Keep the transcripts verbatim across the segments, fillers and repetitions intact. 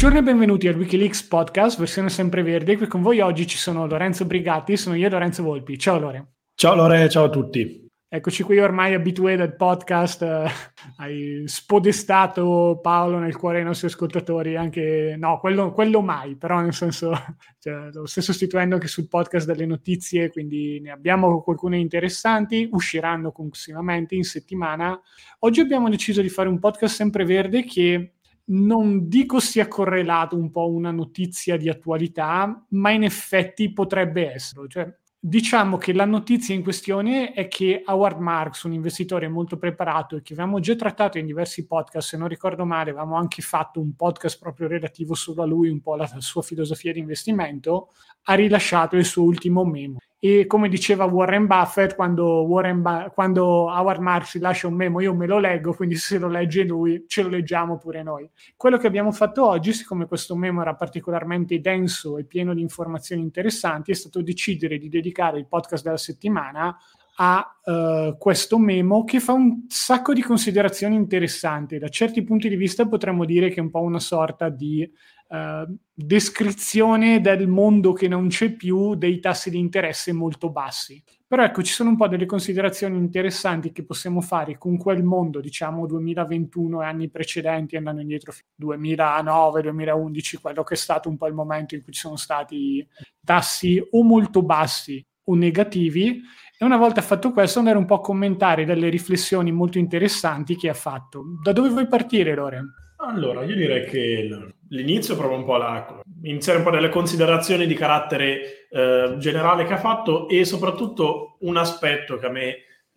Buongiorno e benvenuti al Wikileaks Podcast, versione sempreverde. Qui con voi oggi ci sono Lorenzo Brigatti, sono io e Lorenzo Volpi. Ciao Lore. Ciao Lore, ciao a tutti. Eccoci qui ormai abitué del podcast, eh, hai spodestato Paolo nel cuore dei nostri ascoltatori, anche no, quello, quello mai, però nel senso cioè, lo stai sostituendo anche sul podcast delle notizie, quindi ne abbiamo alcune interessanti, usciranno continuamente in settimana. Oggi abbiamo deciso di fare un podcast sempreverde che non dico sia correlato un po' a una notizia di attualità, ma in effetti potrebbe essere. Cioè, diciamo che la notizia in questione è che Howard Marks, un investitore molto preparato e che avevamo già trattato in diversi podcast, se non ricordo male, avevamo anche fatto un podcast proprio relativo solo a lui, un po' alla sua filosofia di investimento, ha rilasciato il suo ultimo memo. E come diceva Warren Buffett, quando, Warren ba- quando Howard Marks lascia un memo io me lo leggo, quindi se lo legge lui ce lo leggiamo pure noi. Quello che abbiamo fatto oggi, siccome questo memo era particolarmente denso e pieno di informazioni interessanti, è stato decidere di dedicare il podcast della settimana a uh, questo memo che fa un sacco di considerazioni interessanti. Da certi punti di vista potremmo dire che è un po' una sorta di Uh, descrizione del mondo che non c'è più, dei tassi di interesse molto bassi. Però ecco, ci sono un po' delle considerazioni interessanti che possiamo fare con quel mondo, diciamo duemilaventuno e anni precedenti, andando indietro duemilanove duemilaundici, quello che è stato un po' il momento in cui ci sono stati tassi o molto bassi o negativi. E una volta fatto questo andare un po' a commentare delle riflessioni molto interessanti che ha fatto. Da dove vuoi partire, Lore? Allora, io direi che l'inizio è proprio un po' la, iniziare un po' delle considerazioni di carattere eh, generale che ha fatto e soprattutto un aspetto che a me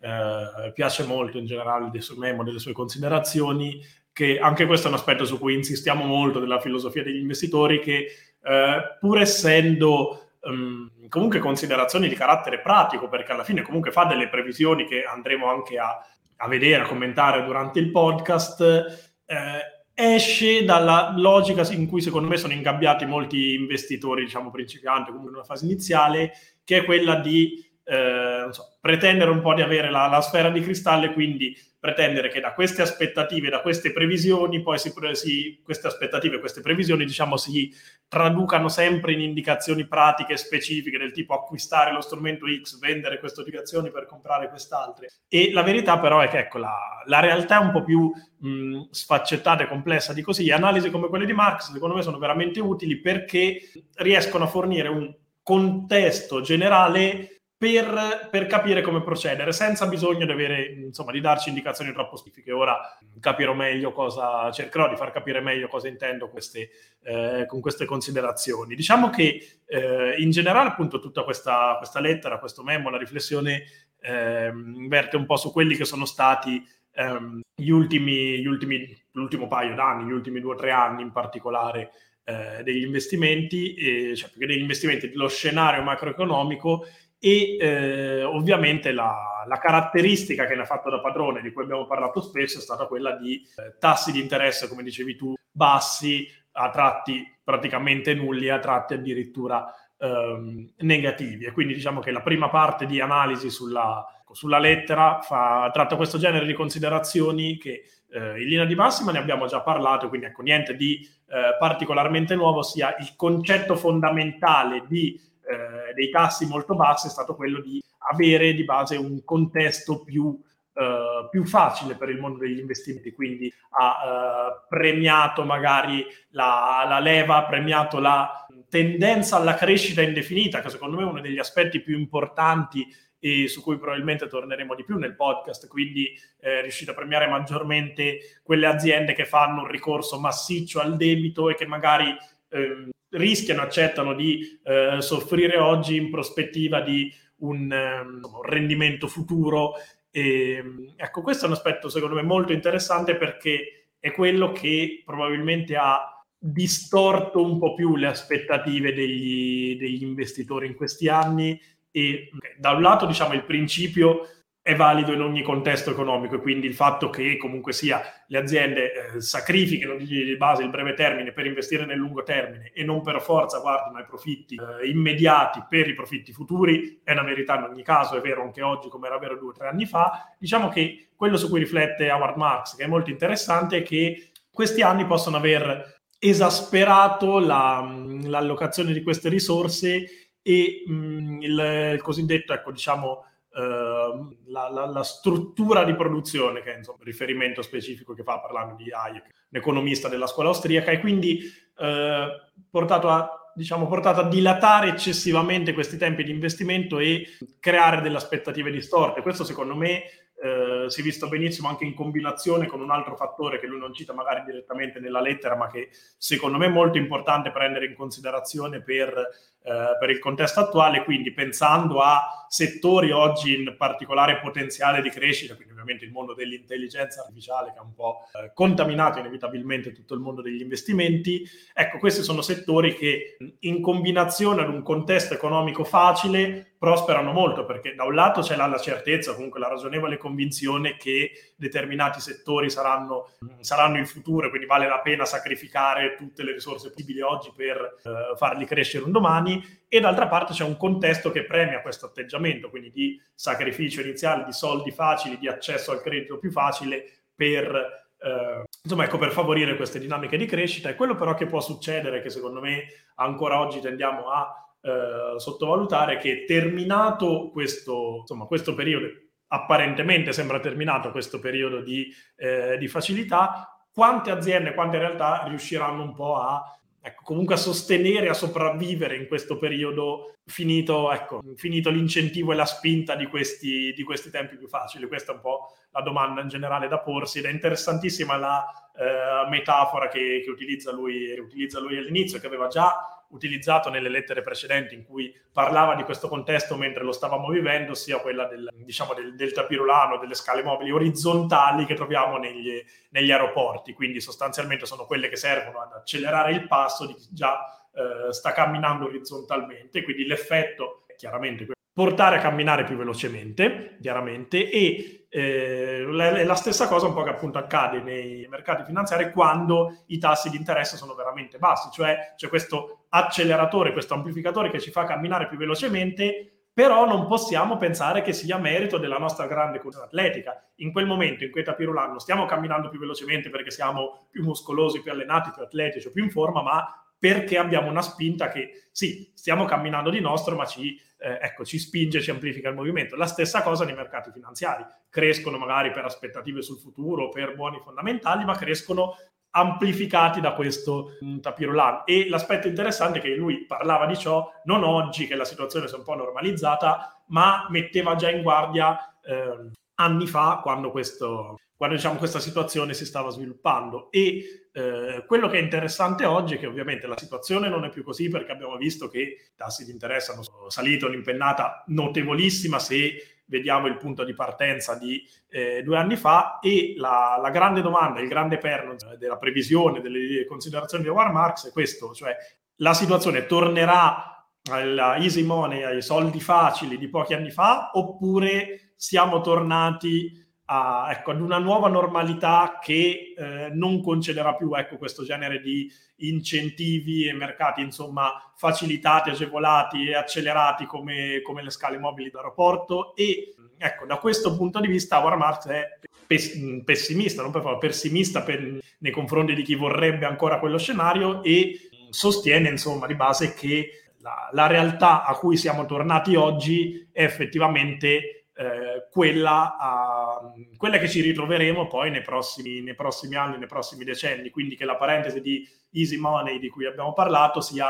eh, piace molto in generale del suo memo, delle sue considerazioni, che anche questo è un aspetto su cui insistiamo molto della filosofia degli investitori, che eh, pur essendo um, comunque considerazioni di carattere pratico, perché alla fine comunque fa delle previsioni che andremo anche a, a vedere, a commentare durante il podcast, eh, esce dalla logica in cui secondo me sono ingabbiati molti investitori, diciamo principianti, comunque in una fase iniziale, che è quella di eh, non so, pretendere un po' di avere la, la sfera di cristallo e quindi pretendere che da queste aspettative, da queste previsioni, poi si, si, queste aspettative, queste previsioni, diciamo, si traducano sempre in indicazioni pratiche specifiche del tipo acquistare lo strumento X, vendere queste obbligazioni per comprare quest'altre. E la verità però è che ecco, la, la realtà è un po' più mh, sfaccettata e complessa di così. Analisi come quelle di Marx secondo me sono veramente utili perché riescono a fornire un contesto generale Per, per capire come procedere, senza bisogno di avere, insomma, di darci indicazioni troppo specifiche. Ora capirò meglio cosa, cercherò di far capire meglio cosa intendo queste, eh, con queste considerazioni. Diciamo che eh, in generale, appunto, tutta questa, questa lettera, questo memo, la riflessione eh, inverte un po' su quelli che sono stati ehm, gli ultimi, gli ultimi, l'ultimo paio d'anni, gli ultimi due o tre anni in particolare, eh, degli investimenti, e, cioè degli investimenti, dello scenario macroeconomico. E eh, ovviamente la, la caratteristica che ne ha fatto da padrone, di cui abbiamo parlato spesso, è stata quella di eh, tassi di interesse, come dicevi tu, bassi, a tratti praticamente nulli, a tratti addirittura ehm, negativi. E quindi diciamo che la prima parte di analisi sulla, sulla lettera fa, tratta questo genere di considerazioni che eh, in linea di massima ne abbiamo già parlato, quindi ecco, niente di eh, particolarmente nuovo, sia il concetto fondamentale di Eh, dei tassi molto bassi è stato quello di avere di base un contesto più, eh, più facile per il mondo degli investimenti, quindi ha eh, premiato magari la, la leva, ha premiato la tendenza alla crescita indefinita, che secondo me è uno degli aspetti più importanti e su cui probabilmente torneremo di più nel podcast, quindi è riuscito a premiare maggiormente quelle aziende che fanno un ricorso massiccio al debito e che magari ehm, rischiano, accettano di eh, soffrire oggi in prospettiva di un, um, un rendimento futuro. E, ecco, questo è un aspetto secondo me molto interessante perché è quello che probabilmente ha distorto un po' più le aspettative degli, degli investitori in questi anni e okay, da un lato diciamo il principio è valido in ogni contesto economico e quindi il fatto che comunque sia le aziende eh, sacrifichino di base il breve termine per investire nel lungo termine e non per forza guardino ai profitti eh, immediati per i profitti futuri è una verità in ogni caso, è vero anche oggi come era vero due o tre anni fa. Diciamo che quello su cui riflette Howard Marks, che è molto interessante, è che questi anni possono aver esasperato la, l'allocazione di queste risorse e mh, il, il cosiddetto, ecco, diciamo, Uh, la, la, la struttura di produzione, che è insomma il riferimento specifico che fa parlando di Hayek, un economista della scuola austriaca, e quindi uh, portato a, diciamo, portato a dilatare eccessivamente questi tempi di investimento e creare delle aspettative distorte. Questo secondo me uh, si è visto benissimo anche in combinazione con un altro fattore che lui non cita magari direttamente nella lettera, ma che secondo me è molto importante prendere in considerazione per Uh, per il contesto attuale, quindi pensando a settori oggi in particolare potenziale di crescita, quindi ovviamente il mondo dell'intelligenza artificiale che ha un po' uh, contaminato inevitabilmente tutto il mondo degli investimenti. Ecco, questi sono settori che in combinazione ad un contesto economico facile prosperano molto, perché da un lato c'è la, la certezza, comunque la ragionevole convinzione che determinati settori saranno, saranno il futuro, quindi vale la pena sacrificare tutte le risorse possibili oggi per uh, farli crescere un domani. E d'altra parte c'è un contesto che premia questo atteggiamento, quindi di sacrificio iniziale, di soldi facili, di accesso al credito più facile per, eh, insomma, ecco, per favorire queste dinamiche di crescita. E quello però che può succedere, che secondo me ancora oggi tendiamo a eh, sottovalutare, che terminato questo, insomma, questo periodo, apparentemente sembra terminato questo periodo di, eh, di facilità, quante aziende, quante realtà riusciranno un po' a ecco, comunque a sostenere, a sopravvivere in questo periodo finito, ecco, finito l'incentivo e la spinta di questi, di questi tempi più facili. Questa è un po' la domanda in generale da porsi, ed è interessantissima la eh, metafora che, che utilizza lui, utilizza lui all'inizio, che aveva già utilizzato nelle lettere precedenti, in cui parlava di questo contesto mentre lo stavamo vivendo, sia quella del, diciamo, del, del tapirulano, delle scale mobili orizzontali che troviamo negli, negli aeroporti, quindi sostanzialmente sono quelle che servono ad accelerare il passo di chi già eh, sta camminando orizzontalmente, quindi l'effetto è chiaramente portare a camminare più velocemente, chiaramente, e eh, la, la stessa cosa un po' che appunto accade nei mercati finanziari quando i tassi di interesse sono veramente bassi, cioè c'è questo acceleratore, questo amplificatore che ci fa camminare più velocemente, però non possiamo pensare che sia merito della nostra grande cultura atletica. In quel momento, in quei tapirulano, stiamo camminando più velocemente perché siamo più muscolosi, più allenati, più atletici o più in forma, ma perché abbiamo una spinta che, sì, stiamo camminando di nostro, ma ci, eh, ecco, ci spinge, ci amplifica il movimento. La stessa cosa nei mercati finanziari. Crescono magari per aspettative sul futuro, per buoni fondamentali, ma crescono amplificati da questo mh, tapirulano. E l'aspetto interessante è che lui parlava di ciò non oggi, che la situazione si è un po' normalizzata, ma metteva già in guardia eh, anni fa, quando questo... quando diciamo questa situazione si stava sviluppando. E eh, quello che è interessante oggi è che ovviamente la situazione non è più così, perché abbiamo visto che i tassi di interesse hanno salito un'impennata notevolissima se vediamo il punto di partenza di eh, due anni fa, e la, la grande domanda, il grande perno della previsione, delle considerazioni di Howard Marks è questo, cioè la situazione tornerà alla easy money, ai soldi facili di pochi anni fa, oppure siamo tornati A, ecco, ad una nuova normalità che eh, non concederà più, ecco, questo genere di incentivi e mercati, insomma, facilitati, agevolati e accelerati come, come le scale mobili d'aeroporto. E ecco, da questo punto di vista Howard Marks è pes- pessimista, non per favore, pessimista per, nei confronti di chi vorrebbe ancora quello scenario, e sostiene, insomma, di base che la, la realtà a cui siamo tornati oggi è effettivamente Eh, quella, uh, quella che ci ritroveremo poi nei prossimi, nei prossimi anni, nei prossimi decenni, quindi che la parentesi di easy money di cui abbiamo parlato sia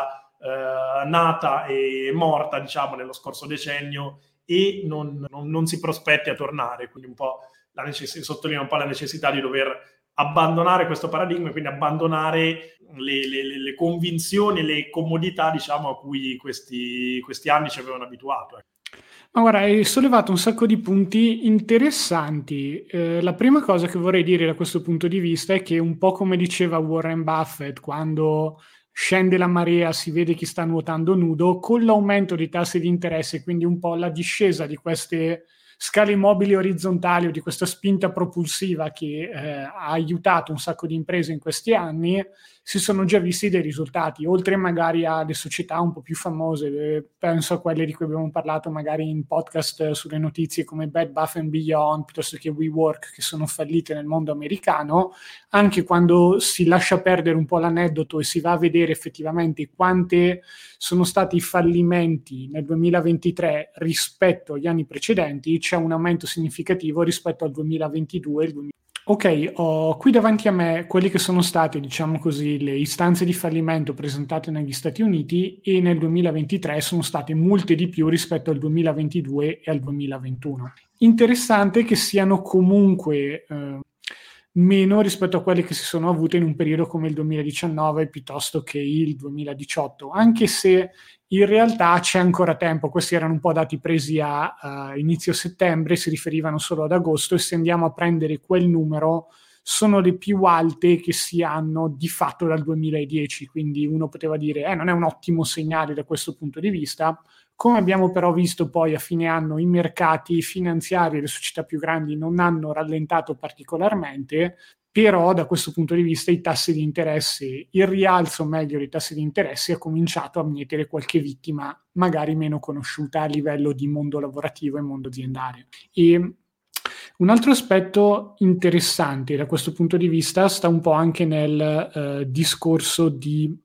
uh, nata e morta, diciamo, nello scorso decennio, e non, non, non si prospetti a tornare, quindi un po' la necess- sottolinea un po' la necessità di dover abbandonare questo paradigma, quindi abbandonare le, le, le convinzioni, le comodità, diciamo, a cui questi, questi anni ci avevano abituato. Ma guarda, hai sollevato un sacco di punti interessanti. Eh, la prima cosa che vorrei dire da questo punto di vista è che, un po' come diceva Warren Buffett, quando scende la marea si vede chi sta nuotando nudo, con l'aumento dei tassi di interesse, quindi un po' la discesa di queste scale mobili orizzontali o di questa spinta propulsiva che eh, ha aiutato un sacco di imprese in questi anni, si sono già visti dei risultati, oltre magari alle società un po' più famose, penso a quelle di cui abbiamo parlato magari in podcast sulle notizie come Bed Bath and Beyond, piuttosto che WeWork, che sono fallite nel mondo americano. Anche quando si lascia perdere un po' l'aneddoto e si va a vedere effettivamente quante sono stati i fallimenti nel duemilaventitré rispetto agli anni precedenti, c'è un aumento significativo rispetto al duemilaventidue e il duemilaventitré. Ok, ho qui davanti a me quelli che sono state, diciamo così, le istanze di fallimento presentate negli Stati Uniti, e nel duemilaventitré sono state molte di più rispetto al duemilaventidue e al duemilaventuno. Interessante che siano comunque eh, meno rispetto a quelle che si sono avute in un periodo come il duemiladiciannove piuttosto che il duemiladiciotto, anche se in realtà c'è ancora tempo. Questi erano un po' dati presi a uh, inizio settembre, si riferivano solo ad agosto, e se andiamo a prendere quel numero sono le più alte che si hanno di fatto dal duemiladieci, quindi uno poteva dire eh, non è un ottimo segnale da questo punto di vista. Come abbiamo però visto poi a fine anno, i mercati finanziari e le società più grandi non hanno rallentato particolarmente, però da questo punto di vista i tassi di interesse, il rialzo meglio dei tassi di interesse ha cominciato a mietere qualche vittima magari meno conosciuta a livello di mondo lavorativo e mondo aziendale. E un altro aspetto interessante da questo punto di vista sta un po' anche nel eh, discorso di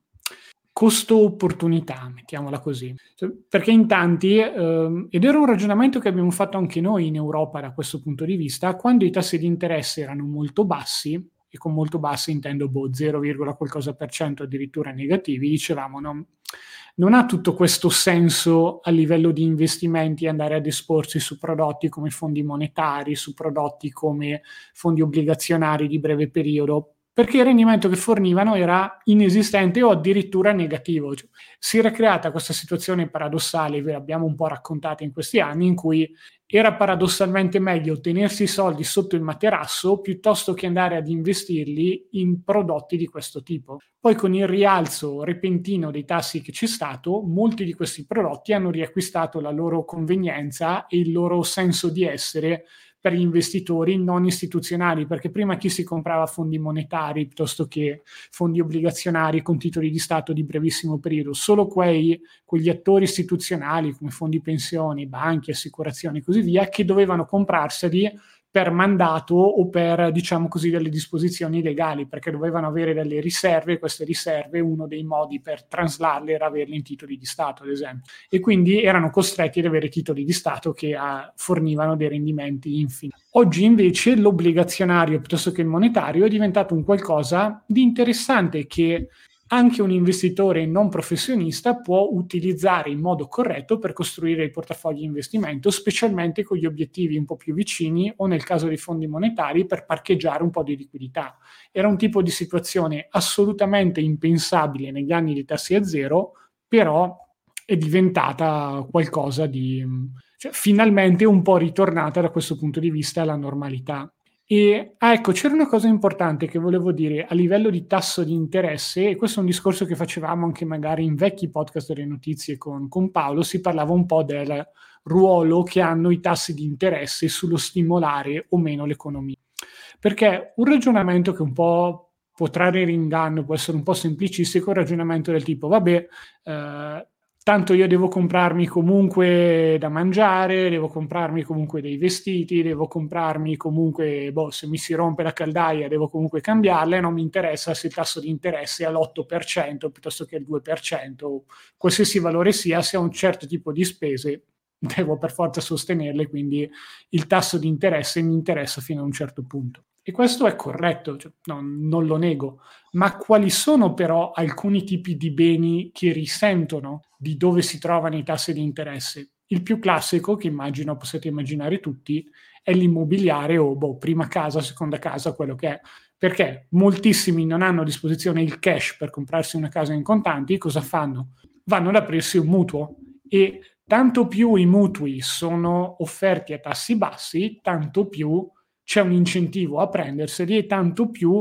costo-opportunità, mettiamola così. Perché in tanti, eh, ed era un ragionamento che abbiamo fatto anche noi in Europa da questo punto di vista, quando i tassi di interesse erano molto bassi, e con molto bassi intendo boh, zero, qualcosa per cento addirittura negativi, dicevamo no, non ha tutto questo senso a livello di investimenti andare ad esporsi su prodotti come fondi monetari, su prodotti come fondi obbligazionari di breve periodo, perché il rendimento che fornivano era inesistente o addirittura negativo. Cioè, si era creata questa situazione paradossale, ve l'abbiamo un po' raccontata in questi anni, in cui era paradossalmente meglio tenersi i soldi sotto il materasso piuttosto che andare ad investirli in prodotti di questo tipo. Poi con il rialzo repentino dei tassi che c'è stato, molti di questi prodotti hanno riacquistato la loro convenienza e il loro senso di essere per gli investitori non istituzionali, perché prima chi si comprava fondi monetari piuttosto che fondi obbligazionari con titoli di Stato di brevissimo periodo? Solo quei, quegli attori istituzionali come fondi pensioni, banche, assicurazioni e così via, che dovevano comprarseli per mandato o per, diciamo così, delle disposizioni legali, perché dovevano avere delle riserve, e queste riserve, uno dei modi per traslarle era averle in titoli di Stato, ad esempio. E quindi erano costretti ad avere titoli di Stato che ah, fornivano dei rendimenti infiniti. Oggi invece l'obbligazionario piuttosto che il monetario è diventato un qualcosa di interessante che anche un investitore non professionista può utilizzare in modo corretto per costruire il portafoglio di investimento, specialmente con gli obiettivi un po' più vicini o, nel caso dei fondi monetari, per parcheggiare un po' di liquidità. Era un tipo di situazione assolutamente impensabile negli anni di tassi a zero, però è diventata qualcosa di... cioè, finalmente un po' ritornata da questo punto di vista alla normalità. E ah, ecco, c'era una cosa importante che volevo dire a livello di tasso di interesse, e questo è un discorso che facevamo anche magari in vecchi podcast delle notizie con, con Paolo. Si parlava un po' del ruolo che hanno i tassi di interesse sullo stimolare o meno l'economia, perché un ragionamento che un po' può trarre in inganno, può essere un po' semplicistico, un ragionamento del tipo vabbè, eh, tanto io devo comprarmi comunque da mangiare, devo comprarmi comunque dei vestiti, devo comprarmi comunque, boh, se mi si rompe la caldaia devo comunque cambiarla, e non mi interessa se il tasso di interesse è all'otto per cento piuttosto che al due per cento, qualsiasi valore sia, se ho un certo tipo di spese devo per forza sostenerle, quindi il tasso di interesse mi interessa fino a un certo punto. E questo è corretto, cioè, no, non lo nego, ma quali sono però alcuni tipi di beni che risentono di dove si trovano i tassi di interesse? Il più classico, che immagino possiate immaginare tutti, è l'immobiliare o boh, prima casa, seconda casa, quello che è. Perché moltissimi non hanno a disposizione il cash per comprarsi una casa in contanti, cosa fanno? Vanno ad aprirsi un mutuo, e tanto più i mutui sono offerti a tassi bassi, tanto più c'è un incentivo a prenderseli, e tanto più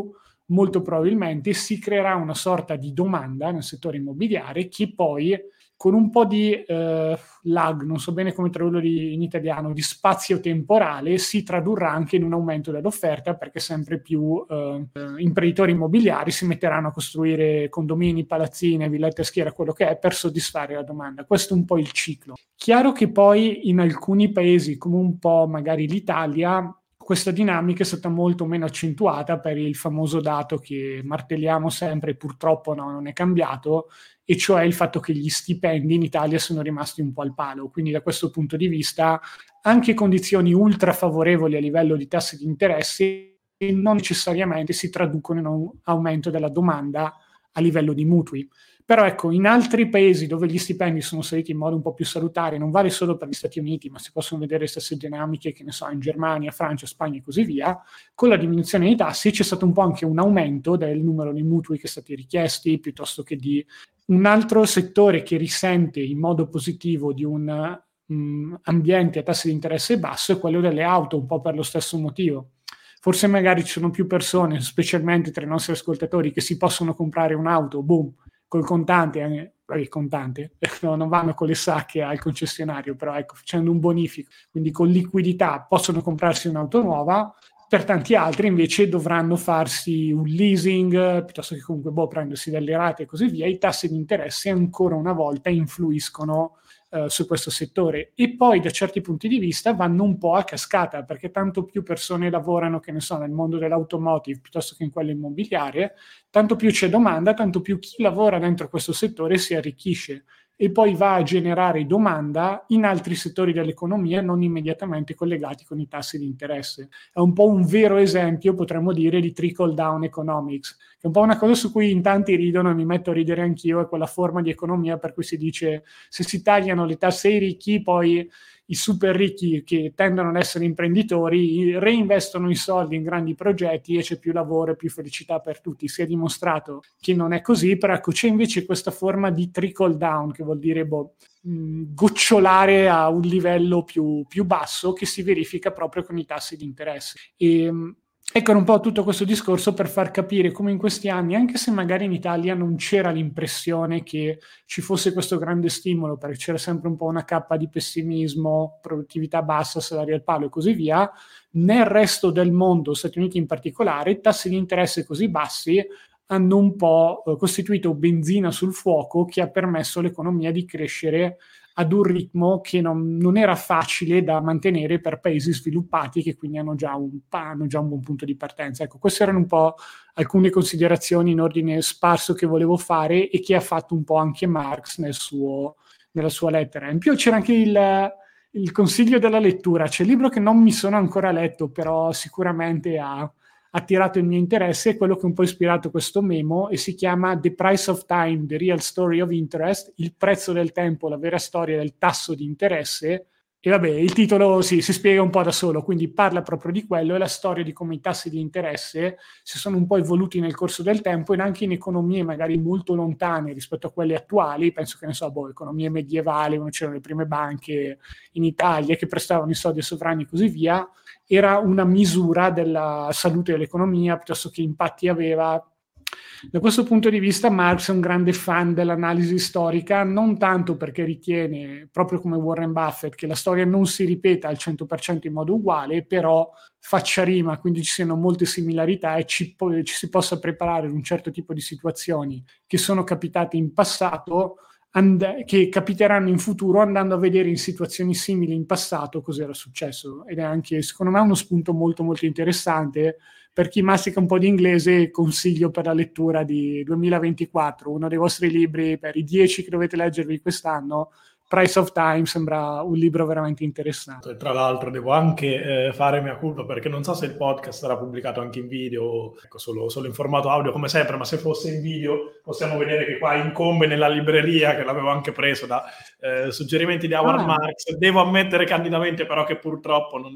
molto probabilmente si creerà una sorta di domanda nel settore immobiliare che poi, con un po' di eh, lag, non so bene come tradurlo in italiano, di spazio temporale, si tradurrà anche in un aumento dell'offerta, perché sempre più eh, imprenditori immobiliari si metteranno a costruire condomini, palazzine, villette a schiera, quello che è, per soddisfare la domanda. Questo è un po' il ciclo. Chiaro che poi in alcuni paesi, come un po' magari l'Italia, questa dinamica è stata molto meno accentuata per il famoso dato che martelliamo sempre, purtroppo no, non è cambiato, e cioè il fatto che gli stipendi in Italia sono rimasti un po' al palo. Quindi da questo punto di vista anche condizioni ultra favorevoli a livello di tassi di interesse non necessariamente si traducono in un aumento della domanda a livello di mutui. Però ecco, in altri paesi dove gli stipendi sono saliti in modo un po' più salutare, non vale solo per gli Stati Uniti, ma si possono vedere le stesse dinamiche, che ne so, in Germania, Francia, Spagna e così via, con la diminuzione dei tassi c'è stato un po' anche un aumento del numero di mutui che sono stati richiesti, piuttosto che di un altro settore che risente in modo positivo di un um, ambiente a tassi di interesse basso è quello delle auto, un po' per lo stesso motivo. Forse magari ci sono più persone, specialmente tra i nostri ascoltatori, che si possono comprare un'auto, boom, col contante, eh, il contante, no, non vanno con le sacche al concessionario, però ecco, facendo un bonifico, quindi con liquidità possono comprarsi un'auto nuova. Per tanti altri invece dovranno farsi un leasing, piuttosto che comunque boh, prendersi delle rate e così via. I tassi di interesse ancora una volta influiscono Uh, su questo settore, e poi da certi punti di vista vanno un po' a cascata, perché tanto più persone lavorano, che ne so, nel mondo dell'automotive piuttosto che in quello immobiliare, tanto più c'è domanda, tanto più chi lavora dentro questo settore si arricchisce e poi va a generare domanda in altri settori dell'economia non immediatamente collegati con i tassi di interesse. È un po' un vero esempio, potremmo dire, di trickle down economics, che è un po' una cosa su cui in tanti ridono e mi metto a ridere anch'io, è quella forma di economia per cui si dice se si tagliano le tasse ai ricchi, poi i super ricchi, che tendono ad essere imprenditori, reinvestono i soldi in grandi progetti e c'è più lavoro e più felicità per tutti. Si è dimostrato che non è così, però ecco, c'è invece questa forma di trickle down, che vuol dire boh, mh, gocciolare a un livello più, più basso, che si verifica proprio con i tassi di interesse. E ecco un po' tutto questo discorso per far capire come in questi anni, anche se magari in Italia non c'era l'impressione che ci fosse questo grande stimolo, perché c'era sempre un po' una cappa di pessimismo, produttività bassa, salari al palo e così via, nel resto del mondo, Stati Uniti in particolare, tassi di interesse così bassi hanno un po' costituito benzina sul fuoco che ha permesso all'economia di crescere ad un ritmo che non, non era facile da mantenere per paesi sviluppati, che quindi hanno già, un, hanno già un buon punto di partenza. Ecco, queste erano un po' alcune considerazioni in ordine sparso che volevo fare e che ha fatto un po' anche Marx nel suo, nella sua lettera. In più c'era anche il, il consiglio della lettura. C'è il libro che non mi sono ancora letto, però sicuramente ha attirato il mio interesse, è quello che un po' ha ispirato questo memo, e si chiama The Price of Time, The Real Story of Interest, il prezzo del tempo, la vera storia del tasso di interesse. E vabbè, il titolo sì, si spiega un po' da solo, quindi parla proprio di quello, è la storia di come i tassi di interesse si sono un po' evoluti nel corso del tempo, e anche in economie magari molto lontane rispetto a quelle attuali. Penso che ne so, boh, economie medievali, quando c'erano le prime banche in Italia che prestavano i soldi ai sovrani e così via, era una misura della salute dell'economia piuttosto che impatti aveva. Da questo punto di vista Marx è un grande fan dell'analisi storica, non tanto perché ritiene, proprio come Warren Buffett, che la storia non si ripeta al cento per cento in modo uguale, però faccia rima, quindi ci siano molte similarità e ci, po- ci si possa preparare ad un certo tipo di situazioni che sono capitate in passato, And- che capiteranno in futuro, andando a vedere in situazioni simili in passato cosa era successo. Ed è anche, secondo me, uno spunto molto molto interessante. Per chi mastica un po' di inglese, consiglio per la lettura di duemilaventiquattro, uno dei vostri libri per i dieci che dovete leggervi quest'anno. Price of Time sembra un libro veramente interessante. Tra l'altro devo anche eh, fare mia colpa, perché non so se il podcast sarà pubblicato anche in video o ecco, solo, solo in formato audio come sempre, ma se fosse in video possiamo vedere che qua incombe nella libreria, che l'avevo anche preso da eh, suggerimenti di Howard ah. Marks. Devo ammettere candidamente però che purtroppo non è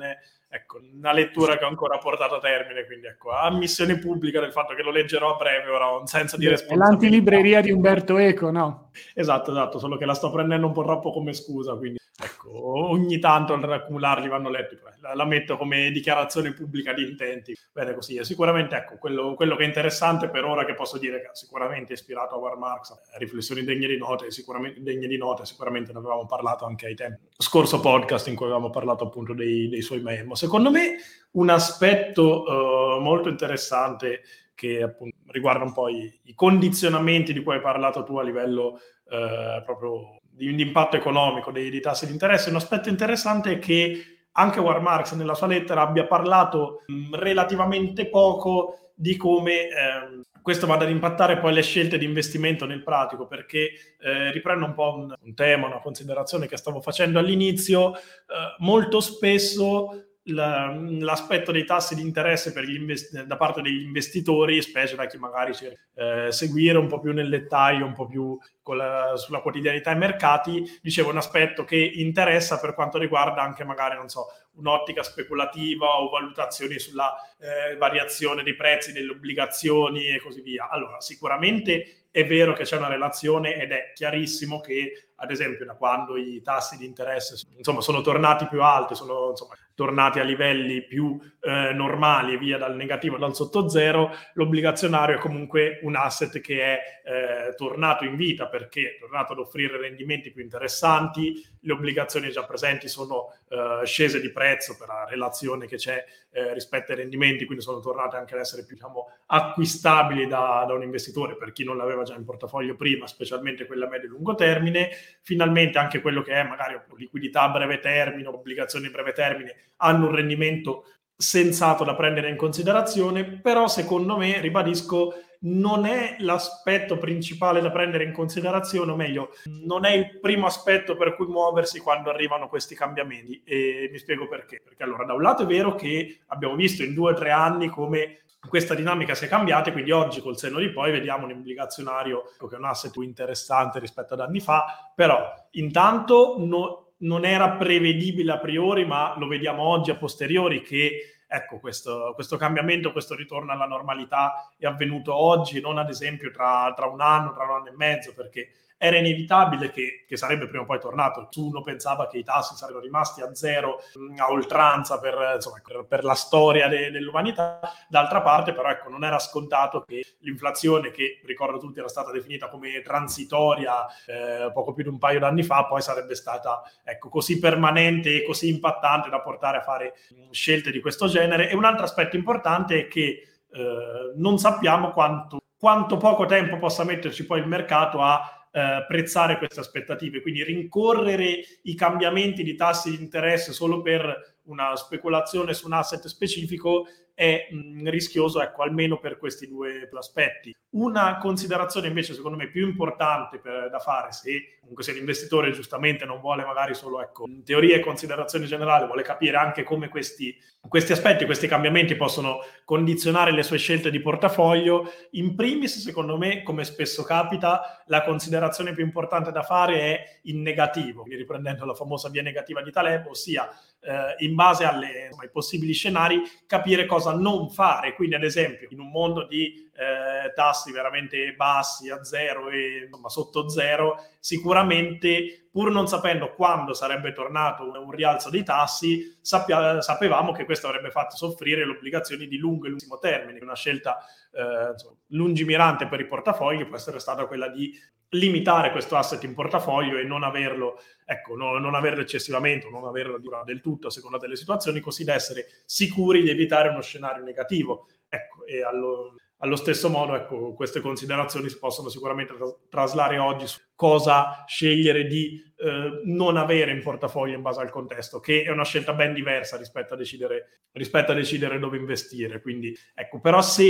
ecco, una lettura che ho ancora portato a termine, quindi ecco, ammissione pubblica del fatto che lo leggerò a breve, ora ho un senso di responsabilità. È l'antilibreria di Umberto Eco, no? Esatto, esatto, solo che la sto prendendo un po' troppo come scusa, quindi ecco, ogni tanto al accumularli vanno letti, la, la metto come dichiarazione pubblica di intenti, bene così. E sicuramente ecco, quello, quello che è interessante per ora, che posso dire che sicuramente è ispirato a War Marx, riflessioni degne di note, sicuramente degne di note, sicuramente ne avevamo parlato anche ai tempi scorso podcast in cui avevamo parlato appunto dei, dei suoi memo. Secondo me un aspetto uh, molto interessante che appunto riguarda un po' i, i condizionamenti di cui hai parlato tu a livello uh, proprio di, di impatto economico dei, dei tassi di interesse. Un aspetto interessante è che anche War Marx nella sua lettera abbia parlato mh, relativamente poco di come ehm, questo vada ad impattare poi le scelte di investimento nel pratico, perché eh, riprendo un po' un, un tema, una considerazione che stavo facendo all'inizio, eh, molto spesso l'aspetto dei tassi di interesse per gli invest- da parte degli investitori, specie da chi magari cerca eh, seguire un po' più nel dettaglio, un po' più con la, sulla quotidianità ai mercati, dicevo un aspetto che interessa per quanto riguarda anche magari, non so, un'ottica speculativa o valutazioni sulla eh, variazione dei prezzi delle obbligazioni e così via. Allora, sicuramente è vero che c'è una relazione ed è chiarissimo che, ad esempio, da quando i tassi di interesse insomma, sono tornati più alti, sono insomma, tornati a livelli più eh, normali, via dal negativo, dal sotto zero, l'obbligazionario è comunque un asset che è eh, tornato in vita, perché è tornato ad offrire rendimenti più interessanti, le obbligazioni già presenti sono eh, scese di prezzo per la relazione che c'è eh, rispetto ai rendimenti, quindi sono tornate anche ad essere più diciamo, acquistabili da, da un investitore per chi non l'aveva già in portafoglio prima, specialmente quella a medio e lungo termine. Finalmente anche quello che è magari liquidità a breve termine, obbligazioni a breve termine, hanno un rendimento sensato da prendere in considerazione, però secondo me, ribadisco, non è l'aspetto principale da prendere in considerazione, o meglio, non è il primo aspetto per cui muoversi quando arrivano questi cambiamenti, e mi spiego perché. Perché allora, da un lato è vero che abbiamo visto in due o tre anni come questa dinamica si è cambiata, quindi oggi col senno di poi vediamo un obbligazionario che è un asset più interessante rispetto ad anni fa, però intanto no, non era prevedibile a priori, ma lo vediamo oggi a posteriori che ecco questo, questo cambiamento, questo ritorno alla normalità è avvenuto oggi, non ad esempio tra, tra un anno, tra un anno e mezzo, perché era inevitabile che, che sarebbe prima o poi tornato. Uno pensava che i tassi sarebbero rimasti a zero a oltranza per, insomma, per, per la storia de, dell'umanità. D'altra parte però ecco, non era scontato che l'inflazione, che ricordo tutti era stata definita come transitoria eh, poco più di un paio d'anni fa, poi sarebbe stata ecco, così permanente e così impattante da portare a fare scelte di questo genere. E un altro aspetto importante è che eh, non sappiamo quanto, quanto poco tempo possa metterci poi il mercato a Eh, prezzare queste aspettative, quindi rincorrere i cambiamenti di tassi di interesse solo per una speculazione su un asset specifico è mh, rischioso, ecco, almeno per questi due aspetti. Una considerazione invece secondo me più importante per, da fare, se comunque se l'investitore giustamente non vuole magari solo ecco, in teoria e considerazioni generali, vuole capire anche come questi, questi aspetti, questi cambiamenti possono condizionare le sue scelte di portafoglio. In primis, secondo me, come spesso capita, la considerazione più importante da fare è in negativo, quindi riprendendo la famosa via negativa di Taleb, ossia eh, in base alle, insomma, ai possibili scenari capire cosa non fare. Quindi ad esempio in un mondo di eh, tassi veramente bassi, a zero e insomma, sotto zero, sicuramente pur non sapendo quando sarebbe tornato un, un rialzo dei tassi, sappia, sapevamo che questo avrebbe fatto soffrire le obbligazioni di lungo e lunghissimo termine. Una scelta eh, insomma, lungimirante per i portafogli può essere stata quella di limitare questo asset in portafoglio e non averlo, ecco, no, non averlo eccessivamente, non averlo del tutto a seconda delle situazioni, così da essere sicuri di evitare uno scenario negativo. Ecco, e allo, allo stesso modo, ecco, queste considerazioni si possono sicuramente tras- traslare oggi su cosa scegliere di eh, non avere in portafoglio in base al contesto, che è una scelta ben diversa rispetto a decidere, rispetto a decidere dove investire. Quindi, ecco, però se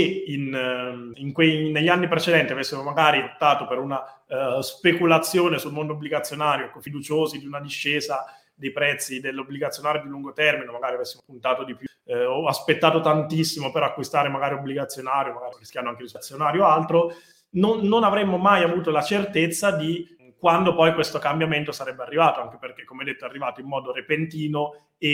in, in quei, negli anni precedenti avessimo magari optato per una uh, speculazione sul mondo obbligazionario, ecco, fiduciosi di una discesa dei prezzi dell'obbligazionario di lungo termine, magari avessimo puntato di più eh, o aspettato tantissimo per acquistare magari obbligazionario, magari rischiando anche l'azionario o altro, non, non avremmo mai avuto la certezza di quando poi questo cambiamento sarebbe arrivato, anche perché, come detto, è arrivato in modo repentino e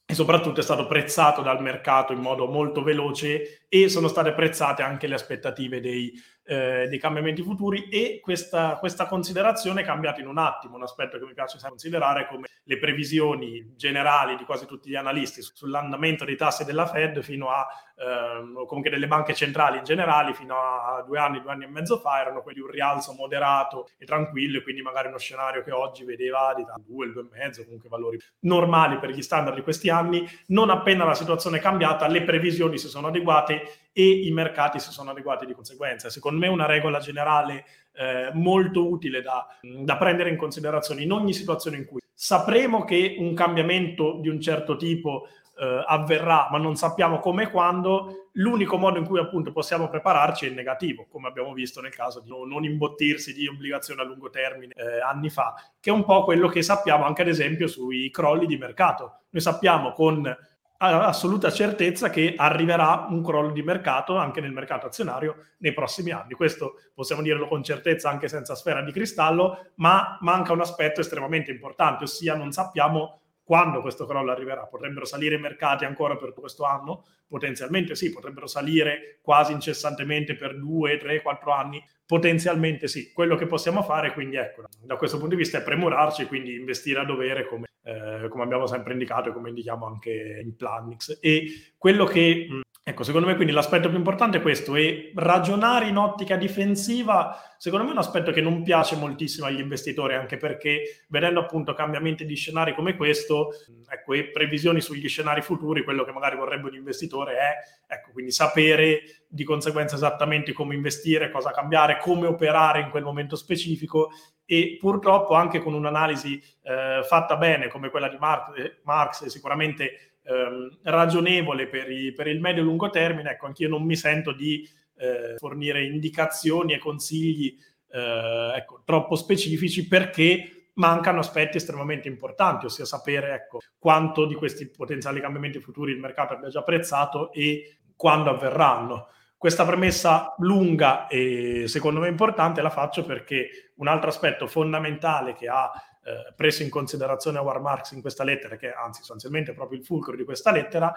e soprattutto è stato prezzato dal mercato in modo molto veloce e sono state prezzate anche le aspettative dei, eh, dei cambiamenti futuri, e questa, questa considerazione è cambiata in un attimo. Un aspetto che mi piace considerare come le previsioni generali di quasi tutti gli analisti sull'andamento dei tassi della Fed fino a, ehm, o comunque delle banche centrali in generale, fino a due anni, due anni e mezzo fa, erano quelli un rialzo moderato e tranquillo, e quindi magari uno scenario che oggi vedeva di due, due e mezzo, comunque valori normali per gli standard di questi anni. Non appena la situazione è cambiata, le previsioni si sono adeguate e i mercati si sono adeguati di conseguenza. Secondo me una regola generale eh, molto utile da, da prendere in considerazione in ogni situazione in cui sapremo che un cambiamento di un certo tipo eh, avverrà, ma non sappiamo come e quando. L'unico modo in cui appunto possiamo prepararci è il negativo, come abbiamo visto nel caso di non imbottirsi di obbligazioni a lungo termine eh, anni fa, che è un po' quello che sappiamo anche ad esempio sui crolli di mercato. Noi sappiamo con assoluta certezza che arriverà un crollo di mercato anche nel mercato azionario nei prossimi anni. Questo possiamo dirlo con certezza anche senza sfera di cristallo, ma manca un aspetto estremamente importante, ossia non sappiamo quando questo crollo arriverà. Potrebbero salire i mercati ancora per questo anno? Potenzialmente sì. Potrebbero salire quasi incessantemente per due, tre, quattro anni? Potenzialmente sì. Quello che possiamo fare, quindi, ecco, da questo punto di vista è premurarci, quindi investire a dovere come, eh, come abbiamo sempre indicato e come indichiamo anche in Plannix. E quello che... Mh, Ecco, secondo me quindi l'aspetto più importante è questo, e ragionare in ottica difensiva secondo me è un aspetto che non piace moltissimo agli investitori, anche perché vedendo appunto cambiamenti di scenari come questo, ecco, e previsioni sugli scenari futuri, quello che magari vorrebbe un investitore è, ecco, quindi sapere di conseguenza esattamente come investire, cosa cambiare, come operare in quel momento specifico, e purtroppo anche con un'analisi eh, fatta bene come quella di Marx, eh, Marx sicuramente Ehm, ragionevole per, i, per il medio-lungo termine, ecco, anch'io non mi sento di eh, fornire indicazioni e consigli eh, ecco, troppo specifici, perché mancano aspetti estremamente importanti, ossia sapere ecco, quanto di questi potenziali cambiamenti futuri il mercato abbia già apprezzato e quando avverranno. Questa premessa lunga e secondo me importante la faccio perché un altro aspetto fondamentale che ha eh, preso in considerazione Howard Marks in questa lettera, che anzi sostanzialmente è proprio il fulcro di questa lettera,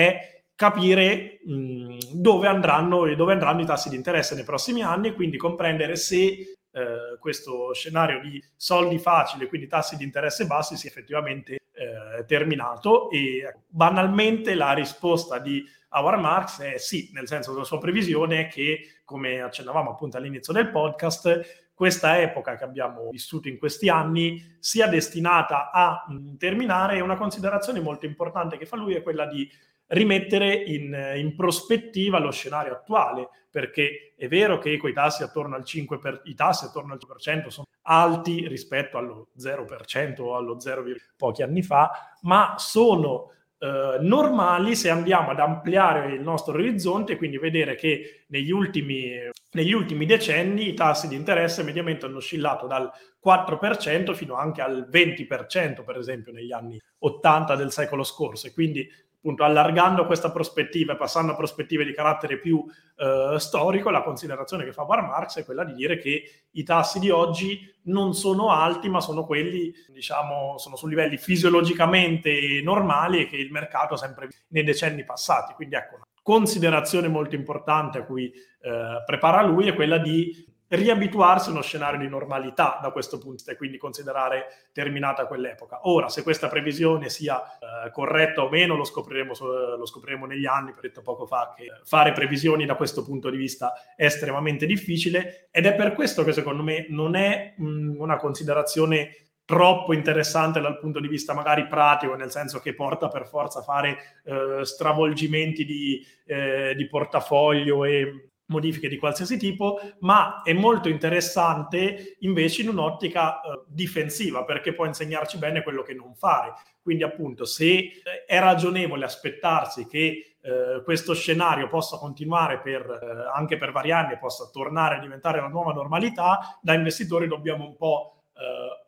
è capire mh, dove andranno e dove andranno i tassi di interesse nei prossimi anni, e quindi comprendere se eh, questo scenario di soldi facili, quindi tassi di interesse bassi, sia effettivamente eh, terminato. E banalmente la risposta di Howard Marks è sì, nel senso che la sua previsione è che, come accennavamo appunto all'inizio del podcast, questa epoca che abbiamo vissuto in questi anni sia destinata a mh, terminare. E una considerazione molto importante che fa lui è quella di rimettere in, in prospettiva lo scenario attuale, perché è vero che quei tassi attorno al cinque per cento, i tassi attorno al cinque per cento sono alti rispetto allo zero per cento o allo zero pochi anni fa, ma sono eh, normali se andiamo ad ampliare il nostro orizzonte, quindi vedere che negli ultimi, negli ultimi decenni i tassi di interesse mediamente hanno oscillato dal quattro per cento fino anche al venti per cento, per esempio negli anni ottanta del secolo scorso. E quindi appunto allargando questa prospettiva e passando a prospettive di carattere più eh, storico, la considerazione che fa Howard Marks è quella di dire che i tassi di oggi non sono alti, ma sono quelli, diciamo, sono su livelli fisiologicamente normali e che il mercato ha sempre visto nei decenni passati. Quindi ecco, una considerazione molto importante a cui eh, prepara lui è quella di riabituarsi a uno scenario di normalità da questo punto di vista, e quindi considerare terminata quell'epoca. Ora, se questa previsione sia eh, corretta o meno lo scopriremo, lo scopriremo negli anni. Per detto poco fa che fare previsioni da questo punto di vista è estremamente difficile, ed è per questo che secondo me non è mh, una considerazione troppo interessante dal punto di vista magari pratico, nel senso che porta per forza a fare eh, stravolgimenti di, eh, di portafoglio e modifiche di qualsiasi tipo, ma è molto interessante invece in un'ottica eh, difensiva, perché può insegnarci bene quello che non fare. Quindi appunto, se è ragionevole aspettarsi che eh, questo scenario possa continuare per, eh, anche per vari anni e possa tornare a diventare la nuova normalità, da investitori dobbiamo un po' eh,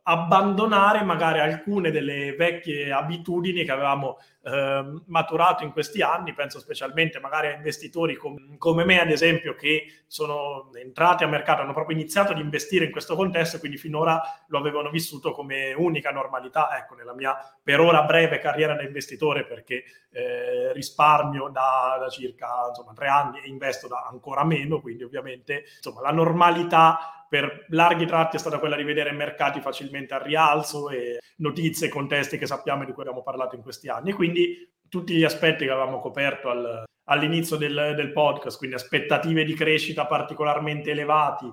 abbandonare magari alcune delle vecchie abitudini che avevamo eh, maturato in questi anni. Penso specialmente magari a investitori com- come me, ad esempio, che sono entrati a mercato, hanno proprio iniziato ad investire in questo contesto, quindi finora lo avevano vissuto come unica normalità. Ecco, nella mia per ora breve carriera da investitore, perché eh, risparmio da, da circa insomma, tre anni e investo da ancora meno, quindi ovviamente insomma, la normalità per larghi tratti è stata quella di vedere mercati facilmente al rialzo e notizie e contesti che sappiamo e di cui abbiamo parlato in questi anni. Quindi tutti gli aspetti che avevamo coperto al, all'inizio del, del podcast, quindi aspettative di crescita particolarmente elevati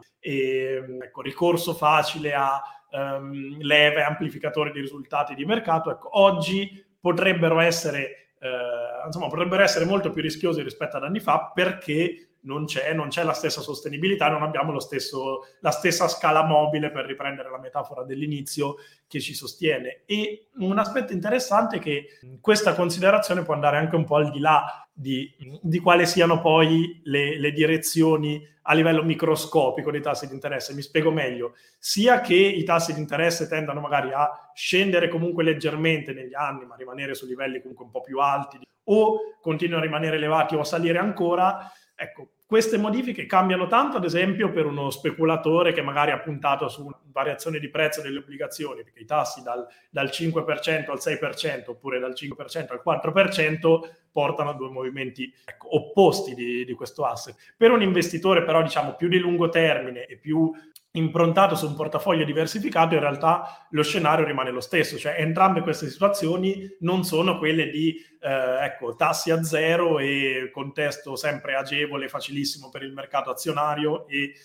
e ecco, ricorso facile a um, leve amplificatori di risultati di mercato, ecco, oggi potrebbero essere, eh, insomma, potrebbero essere molto più rischiosi rispetto ad anni fa, perché Non c'è, non c'è la stessa sostenibilità, non abbiamo lo stesso, la stessa scala mobile, per riprendere la metafora dell'inizio, che ci sostiene. E un aspetto interessante è che questa considerazione può andare anche un po' al di là di, di quali siano poi le, le direzioni a livello microscopico dei tassi di interesse. Mi spiego meglio: sia che i tassi di interesse tendano magari a scendere comunque leggermente negli anni, ma rimanere su livelli comunque un po' più alti, o continuano a rimanere elevati o a salire ancora. Ecco, queste modifiche cambiano tanto, ad esempio, per uno speculatore che magari ha puntato su una variazione di prezzo delle obbligazioni, perché i tassi dal, dal cinque per cento al sei per cento oppure dal cinque per cento al quattro per cento portano a due movimenti ecco, opposti di, di questo asset. Per un investitore però diciamo più di lungo termine e più improntato su un portafoglio diversificato, in realtà lo scenario rimane lo stesso, cioè entrambe queste situazioni non sono quelle di eh, ecco, tassi a zero e contesto sempre agevole, facilissimo per il mercato azionario e eh,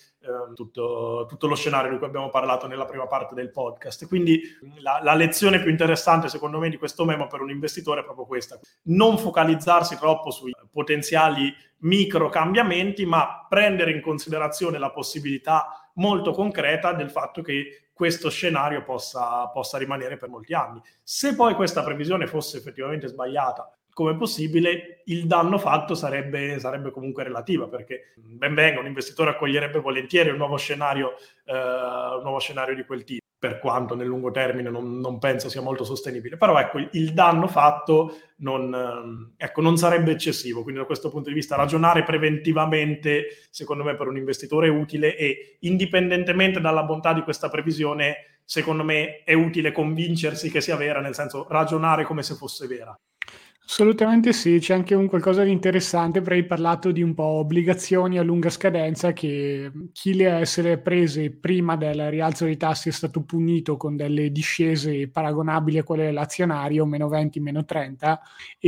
tutto, tutto lo scenario di cui abbiamo parlato nella prima parte del podcast. Quindi la, la lezione più interessante secondo me di questo memo per un investitore è proprio questa: non focalizzarsi troppo sui potenziali micro cambiamenti, ma prendere in considerazione la possibilità molto concreta del fatto che questo scenario possa, possa rimanere per molti anni. Se poi questa previsione fosse effettivamente sbagliata, come possibile, il danno fatto sarebbe, sarebbe comunque relativa, perché ben venga, un investitore accoglierebbe volentieri un nuovo scenario, eh, un nuovo scenario di quel tipo, per quanto nel lungo termine non, non penso sia molto sostenibile. Però ecco, il danno fatto non, ecco, non sarebbe eccessivo, quindi da questo punto di vista ragionare preventivamente secondo me per un investitore è utile, e indipendentemente dalla bontà di questa previsione secondo me è utile convincersi che sia vera, nel senso ragionare come se fosse vera. Assolutamente sì, c'è anche un qualcosa di interessante. Avrei parlato di un po' obbligazioni a lunga scadenza, che chi le se le ha prese prima del rialzo dei tassi è stato punito con delle discese paragonabili a quelle dell'azionario, meno venti, meno trenta,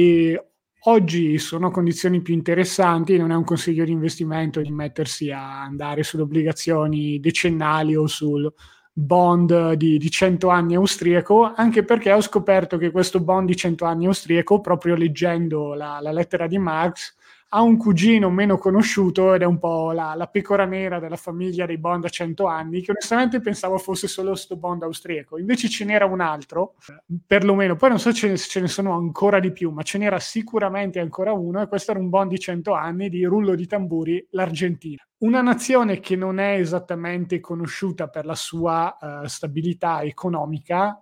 e oggi sono condizioni più interessanti. Non è un consiglio di investimento di mettersi a andare sulle obbligazioni decennali o sul bond di, di cento anni austriaco, anche perché ho scoperto che questo bond di cento anni austriaco, proprio leggendo la, la lettera di Marx, ha un cugino meno conosciuto ed è un po' la, la pecora nera della famiglia dei bond a cento anni, che onestamente pensavo fosse solo sto bond austriaco. Invece ce n'era un altro, perlomeno, poi non so se ce ne sono ancora di più, ma ce n'era sicuramente ancora uno, e questo era un bond di cento anni di rullo di tamburi, l'Argentina. Una nazione che non è esattamente conosciuta per la sua uh, stabilità economica,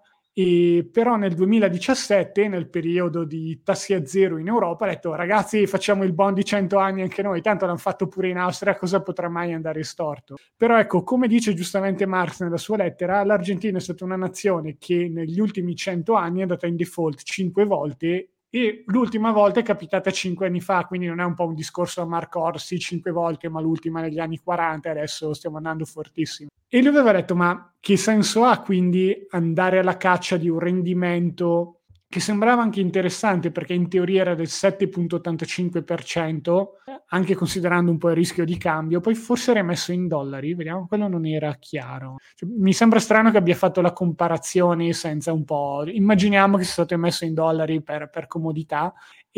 e però nel duemiladiciassette, nel periodo di tassi a zero in Europa, ha detto: ragazzi, facciamo il bond di cento anni anche noi, tanto l'hanno fatto pure in Austria, cosa potrà mai andare storto? Però ecco, come dice giustamente Marx nella sua lettera, l'Argentina è stata una nazione che negli ultimi cento anni è andata in default cinque volte, e l'ultima volta è capitata cinque anni fa, quindi non è un po' un discorso a Marco Orsi cinque volte, ma l'ultima negli anni quaranta, adesso stiamo andando fortissimo. E lui aveva detto: ma che senso ha quindi andare alla caccia di un rendimento che sembrava anche interessante, perché in teoria era del sette virgola ottantacinque per cento, anche considerando un po' il rischio di cambio, poi forse era messo in dollari, vediamo, quello non era chiaro. Cioè, mi sembra strano che abbia fatto la comparazione senza un po'... Immaginiamo che sia stato emesso in dollari per, per comodità,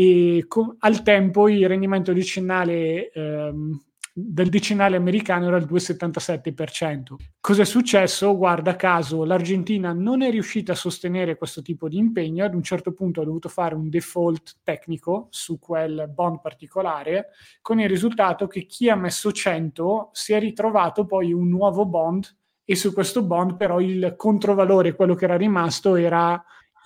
e co- al tempo il rendimento decennale ehm, del decennale americano era il due virgola settantasette per cento. Cosa è successo? Guarda caso, l'Argentina non è riuscita a sostenere questo tipo di impegno, ad un certo punto ha dovuto fare un default tecnico su quel bond particolare, con il risultato che chi ha messo cento si è ritrovato poi un nuovo bond e su questo bond però il controvalore, quello che era rimasto, era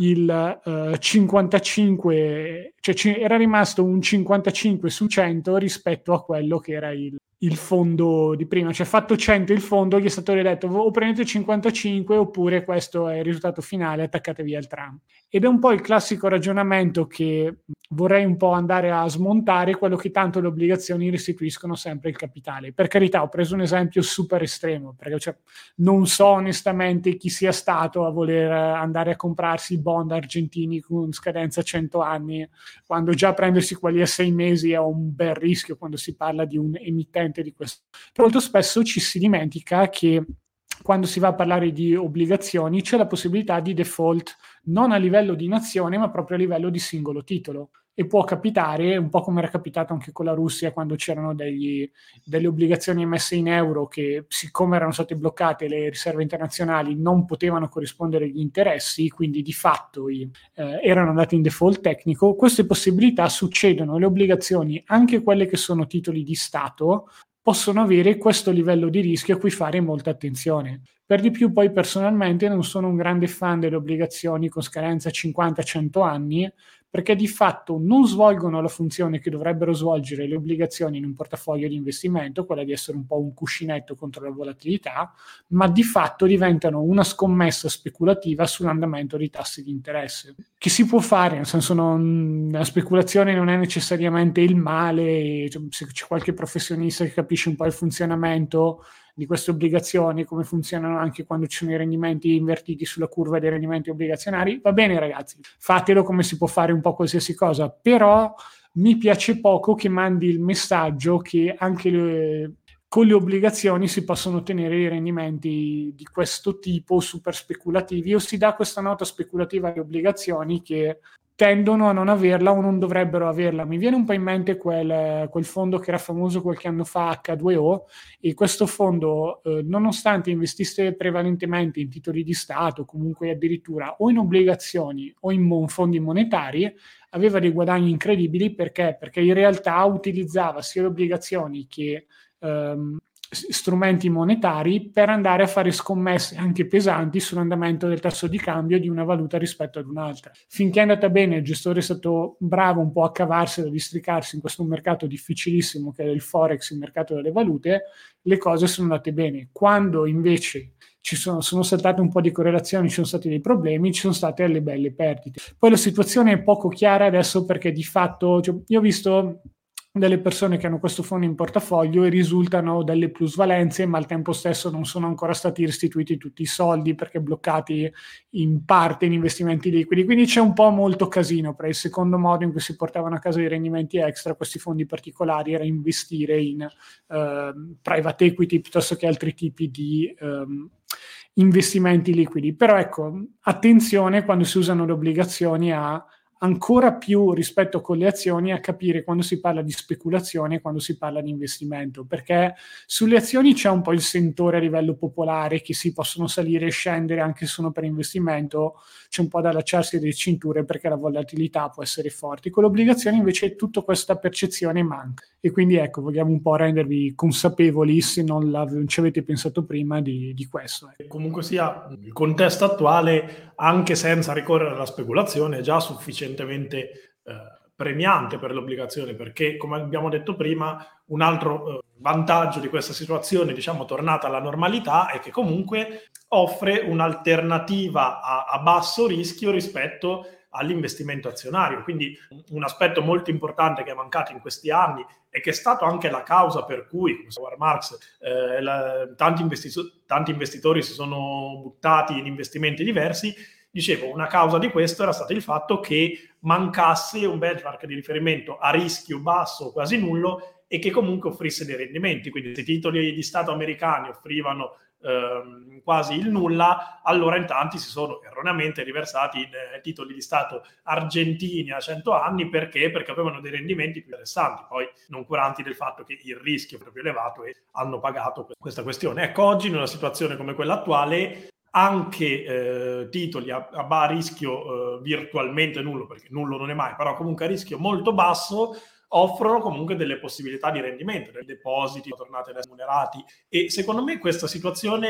il uh, cinquantacinque, cioè c- era rimasto un cinquantacinque su cento rispetto a quello che era il, il fondo di prima, cioè fatto cento il fondo, gli è stato detto o prendete cinquantacinque oppure questo è il risultato finale, attaccatevi al Trump. Ed è un po' il classico ragionamento che vorrei un po' andare a smontare, quello che tanto le obbligazioni restituiscono sempre il capitale. Per carità, ho preso un esempio super estremo, perché cioè, non so onestamente chi sia stato a voler andare a comprarsi i bond argentini con scadenza cento anni, quando già prendersi quelli a sei mesi è un bel rischio quando si parla di un emittente di questo. Però molto spesso ci si dimentica che quando si va a parlare di obbligazioni c'è la possibilità di default non a livello di nazione ma proprio a livello di singolo titolo, e può capitare, un po' come era capitato anche con la Russia quando c'erano degli, delle obbligazioni emesse in euro che, siccome erano state bloccate le riserve internazionali, non potevano corrispondere agli interessi, quindi di fatto eh, erano andate in default tecnico. Queste possibilità succedono, le obbligazioni, anche quelle che sono titoli di Stato, possono avere questo livello di rischio a cui fare molta attenzione. Per di più, poi personalmente non sono un grande fan delle obbligazioni con scadenza cinquanta cento anni, perché di fatto non svolgono la funzione che dovrebbero svolgere le obbligazioni in un portafoglio di investimento, quella di essere un po' un cuscinetto contro la volatilità, ma di fatto diventano una scommessa speculativa sull'andamento dei tassi di interesse. Che si può fare, nel senso non, la speculazione non è necessariamente il male, cioè, se c'è qualche professionista che capisce un po' il funzionamento di queste obbligazioni, come funzionano anche quando ci sono i rendimenti invertiti sulla curva dei rendimenti obbligazionari, va bene ragazzi, fatelo come si può fare un po' qualsiasi cosa, però mi piace poco che mandi il messaggio che anche le, con le obbligazioni si possono ottenere i rendimenti di questo tipo super speculativi, o si dà questa nota speculativa alle obbligazioni che tendono a non averla o non dovrebbero averla. Mi viene un po' in mente quel, quel fondo che era famoso qualche anno fa, acca due o, e questo fondo, eh, nonostante investisse prevalentemente in titoli di Stato, comunque addirittura o in obbligazioni o in mon- fondi monetari, aveva dei guadagni incredibili. Perché? Perché in realtà utilizzava sia le obbligazioni che ehm, strumenti monetari per andare a fare scommesse anche pesanti sull'andamento del tasso di cambio di una valuta rispetto ad un'altra. Finché è andata bene, il gestore è stato bravo un po' a cavarsela, a districarsi in questo mercato difficilissimo che è il Forex, il mercato delle valute, le cose sono andate bene. Quando invece ci sono, sono saltate un po' di correlazioni, ci sono stati dei problemi, ci sono state delle belle perdite. Poi la situazione è poco chiara adesso, perché di fatto, cioè, io ho visto delle persone che hanno questo fondo in portafoglio e risultano delle plusvalenze, ma al tempo stesso non sono ancora stati restituiti tutti i soldi perché bloccati in parte in investimenti liquidi. Quindi c'è un po' molto casino. Per il secondo modo in cui si portavano a casa i rendimenti extra, questi fondi particolari, era investire in eh, private equity piuttosto che altri tipi di eh, investimenti liquidi. Però ecco, attenzione quando si usano le obbligazioni a ancora più rispetto con le azioni a capire quando si parla di speculazione e quando si parla di investimento, perché sulle azioni c'è un po' il sentore a livello popolare che si possono salire e scendere anche se sono per investimento, c'è un po' da allacciarsi le cinture perché la volatilità può essere forte. Con le obbligazioni invece tutta questa percezione manca, e quindi ecco, vogliamo un po' rendervi consapevoli, se non, non ci avete pensato prima, di, di questo. Ecco. Comunque sia, il contesto attuale, anche senza ricorrere alla speculazione, è già sufficientemente eh, premiante per le obbligazioni, perché, come abbiamo detto prima, un altro eh, vantaggio di questa situazione, diciamo, tornata alla normalità, è che comunque offre un'alternativa a, a basso rischio rispetto all'investimento azionario. Quindi un aspetto molto importante che è mancato in questi anni e che è stato anche la causa per cui, come sa Marx, eh, la, tanti, investito- tanti investitori si sono buttati in investimenti diversi. Dicevo, una causa di questo era stato il fatto che mancasse un benchmark di riferimento a rischio basso, quasi nullo, e che comunque offrisse dei rendimenti. Quindi se i titoli di Stato americani offrivano ehm, quasi il nulla, allora in tanti si sono erroneamente riversati in eh, titoli di Stato argentini a cento anni. Perché? Perché avevano dei rendimenti più interessanti, poi non curanti del fatto che il rischio è proprio elevato e hanno pagato questa questione. Ecco, oggi in una situazione come quella attuale, anche eh, titoli a, a rischio eh, virtualmente nullo, perché nullo non è mai, però comunque a rischio molto basso, offrono comunque delle possibilità di rendimento, dei depositi, tornate remunerati, e secondo me questa situazione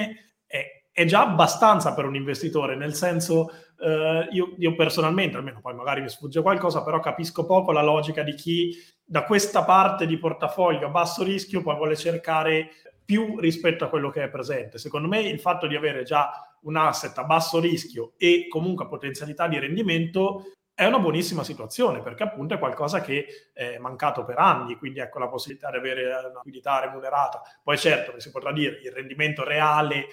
è, è già abbastanza per un investitore, nel senso eh, io, io personalmente, almeno poi magari mi sfugge qualcosa, però capisco poco la logica di chi da questa parte di portafoglio a basso rischio poi vuole cercare più rispetto a quello che è presente. Secondo me il fatto di avere già un asset a basso rischio e comunque potenzialità di rendimento è una buonissima situazione, perché appunto è qualcosa che è mancato per anni, quindi ecco la possibilità di avere una liquidità remunerata. Poi certo, si potrà dire, il rendimento reale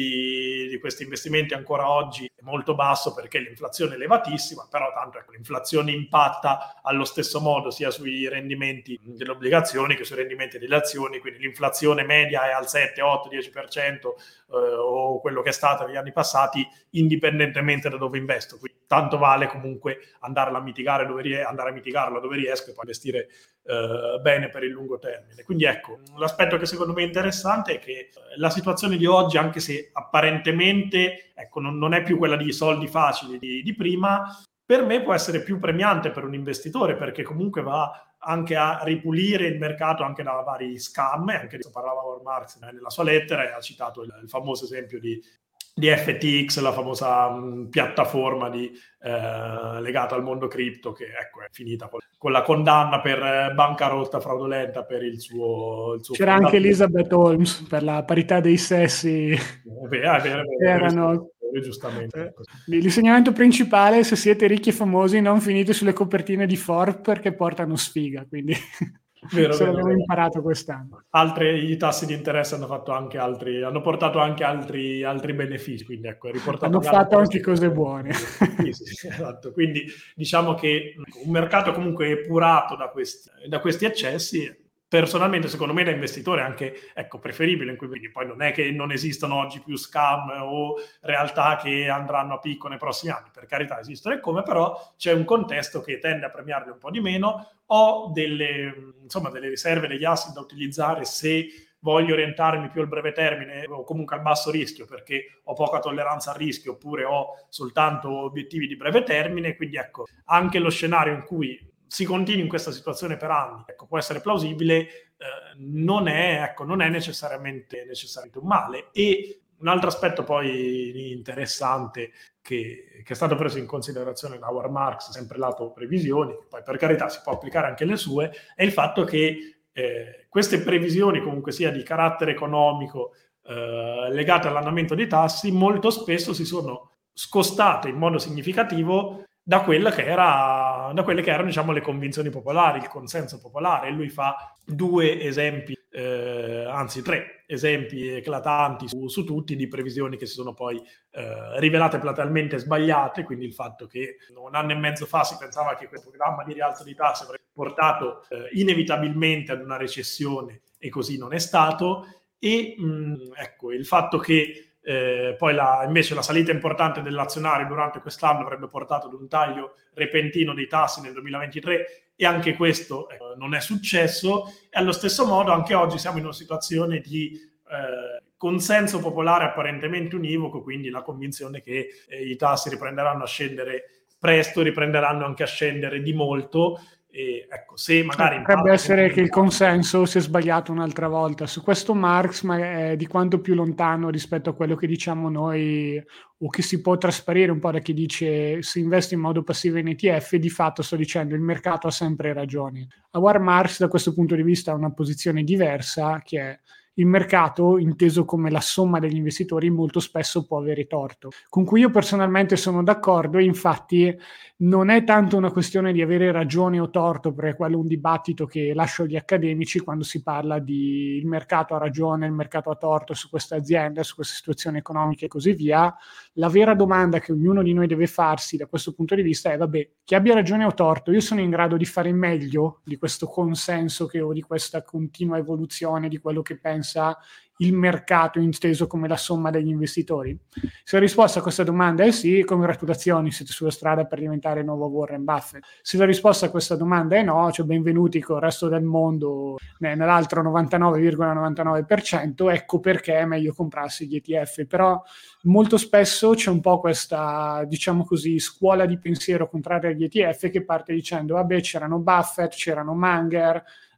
di, di questi investimenti ancora oggi è molto basso perché l'inflazione è elevatissima, però tanto ecco, l'inflazione impatta allo stesso modo sia sui rendimenti delle obbligazioni che sui rendimenti delle azioni, quindi l'inflazione media è al sette, otto, dieci per cento eh, o quello che è stato negli anni passati, indipendentemente da dove investo. Quindi tanto vale comunque andarla a mitigare dove ries- andare a mitigarla dove riesco e poi investire eh, bene per il lungo termine. Quindi ecco, l'aspetto che secondo me è interessante è che la situazione di oggi, anche se apparentemente ecco, non, non è più quella di soldi facili di, di prima, per me può essere più premiante per un investitore, perché comunque va anche a ripulire il mercato anche da vari scam. Anche di parlava Howard Marks nella sua lettera e ha citato il, il famoso esempio di di F T X, la famosa mh, piattaforma di, eh, legata al mondo cripto, che ecco, è finita con, con la condanna per eh, bancarotta fraudolenta per il suo, il suo C'era fondatore. anche Elizabeth Holmes per la parità dei sessi. È vero, è vero, è vero, Erano giustamente. L'insegnamento principale: se siete ricchi e famosi non finite sulle copertine di Forbes perché portano sfiga, quindi vero, se vero, l'abbiamo vero. imparato quest'anno. Altri, i tassi di interesse hanno fatto anche altri, hanno portato anche altri, altri benefici, quindi ecco, è riportato hanno fatto anche cose buone. Sì, sì, esatto. Quindi diciamo che un mercato comunque epurato da questi, da questi eccessi. Personalmente, secondo me, da investitore anche ecco, preferibile, in cui quindi poi non è che non esistano oggi più scam o realtà che andranno a picco nei prossimi anni, per carità esistono e come, però c'è un contesto che tende a premiarli un po' di meno. Ho delle, insomma, delle riserve, degli asset da utilizzare se voglio orientarmi più al breve termine o comunque al basso rischio, perché ho poca tolleranza al rischio oppure ho soltanto obiettivi di breve termine. Quindi ecco, anche lo scenario in cui si continui in questa situazione per anni, ecco, può essere plausibile, eh, non è, ecco, non è necessariamente, necessariamente un male. E un altro aspetto poi interessante che, che è stato preso in considerazione da Howard Marks, sempre lato previsioni, poi per carità si può applicare anche le sue, è il fatto che eh, queste previsioni comunque sia di carattere economico eh, legate all'andamento dei tassi molto spesso si sono scostate in modo significativo da quella che era, da quelle che erano, diciamo, le convinzioni popolari, il consenso popolare. E lui fa due esempi, eh, anzi tre esempi eclatanti su, su tutti di previsioni che si sono poi eh, rivelate platealmente sbagliate. Quindi il fatto che un anno e mezzo fa si pensava che quel programma di rialzo di tasse avrebbe portato eh, inevitabilmente ad una recessione, e così non è stato. E mh, ecco, il fatto che Eh, poi la, invece la salita importante dell'azionario durante quest'anno avrebbe portato ad un taglio repentino dei tassi nel duemilaventitré, e anche questo eh, non è successo. E allo stesso modo anche oggi siamo in una situazione di eh, consenso popolare apparentemente univoco, quindi la convinzione che eh, i tassi riprenderanno a scendere presto, riprenderanno anche a scendere di molto. E ecco, se magari potrebbe essere che il consenso si è sbagliato un'altra volta su questo Marx, ma è di quanto più lontano rispetto a quello che diciamo noi, o che si può trasparire un po' da chi dice si investe in modo passivo in E T F. Di fatto sto dicendo il mercato ha sempre ragione. Howard Marks da questo punto di vista ha una posizione diversa, che è il mercato, inteso come la somma degli investitori, molto spesso può avere torto, con cui io personalmente sono d'accordo. E infatti non è tanto una questione di avere ragione o torto, perché quello è un dibattito che lascio agli accademici quando si parla di il mercato ha ragione, il mercato ha torto su questa azienda, su questa situazione economica e così via. La vera domanda che ognuno di noi deve farsi da questo punto di vista è: vabbè, chi abbia ragione o torto, io sono in grado di fare meglio di questo consenso che ho, di questa continua evoluzione di quello che pensa il mercato inteso come la somma degli investitori? Se la risposta a questa domanda è sì, congratulazioni, siete sulla strada per diventare il nuovo Warren Buffett. Se la risposta a questa domanda è no, cioè benvenuti con il resto del mondo nell'altro novantanove virgola novantanove per cento, ecco perché è meglio comprarsi gli E T F. Però molto spesso c'è un po' questa, diciamo così, scuola di pensiero contraria agli E T F che parte dicendo vabbè, c'erano Buffett, c'erano Munger,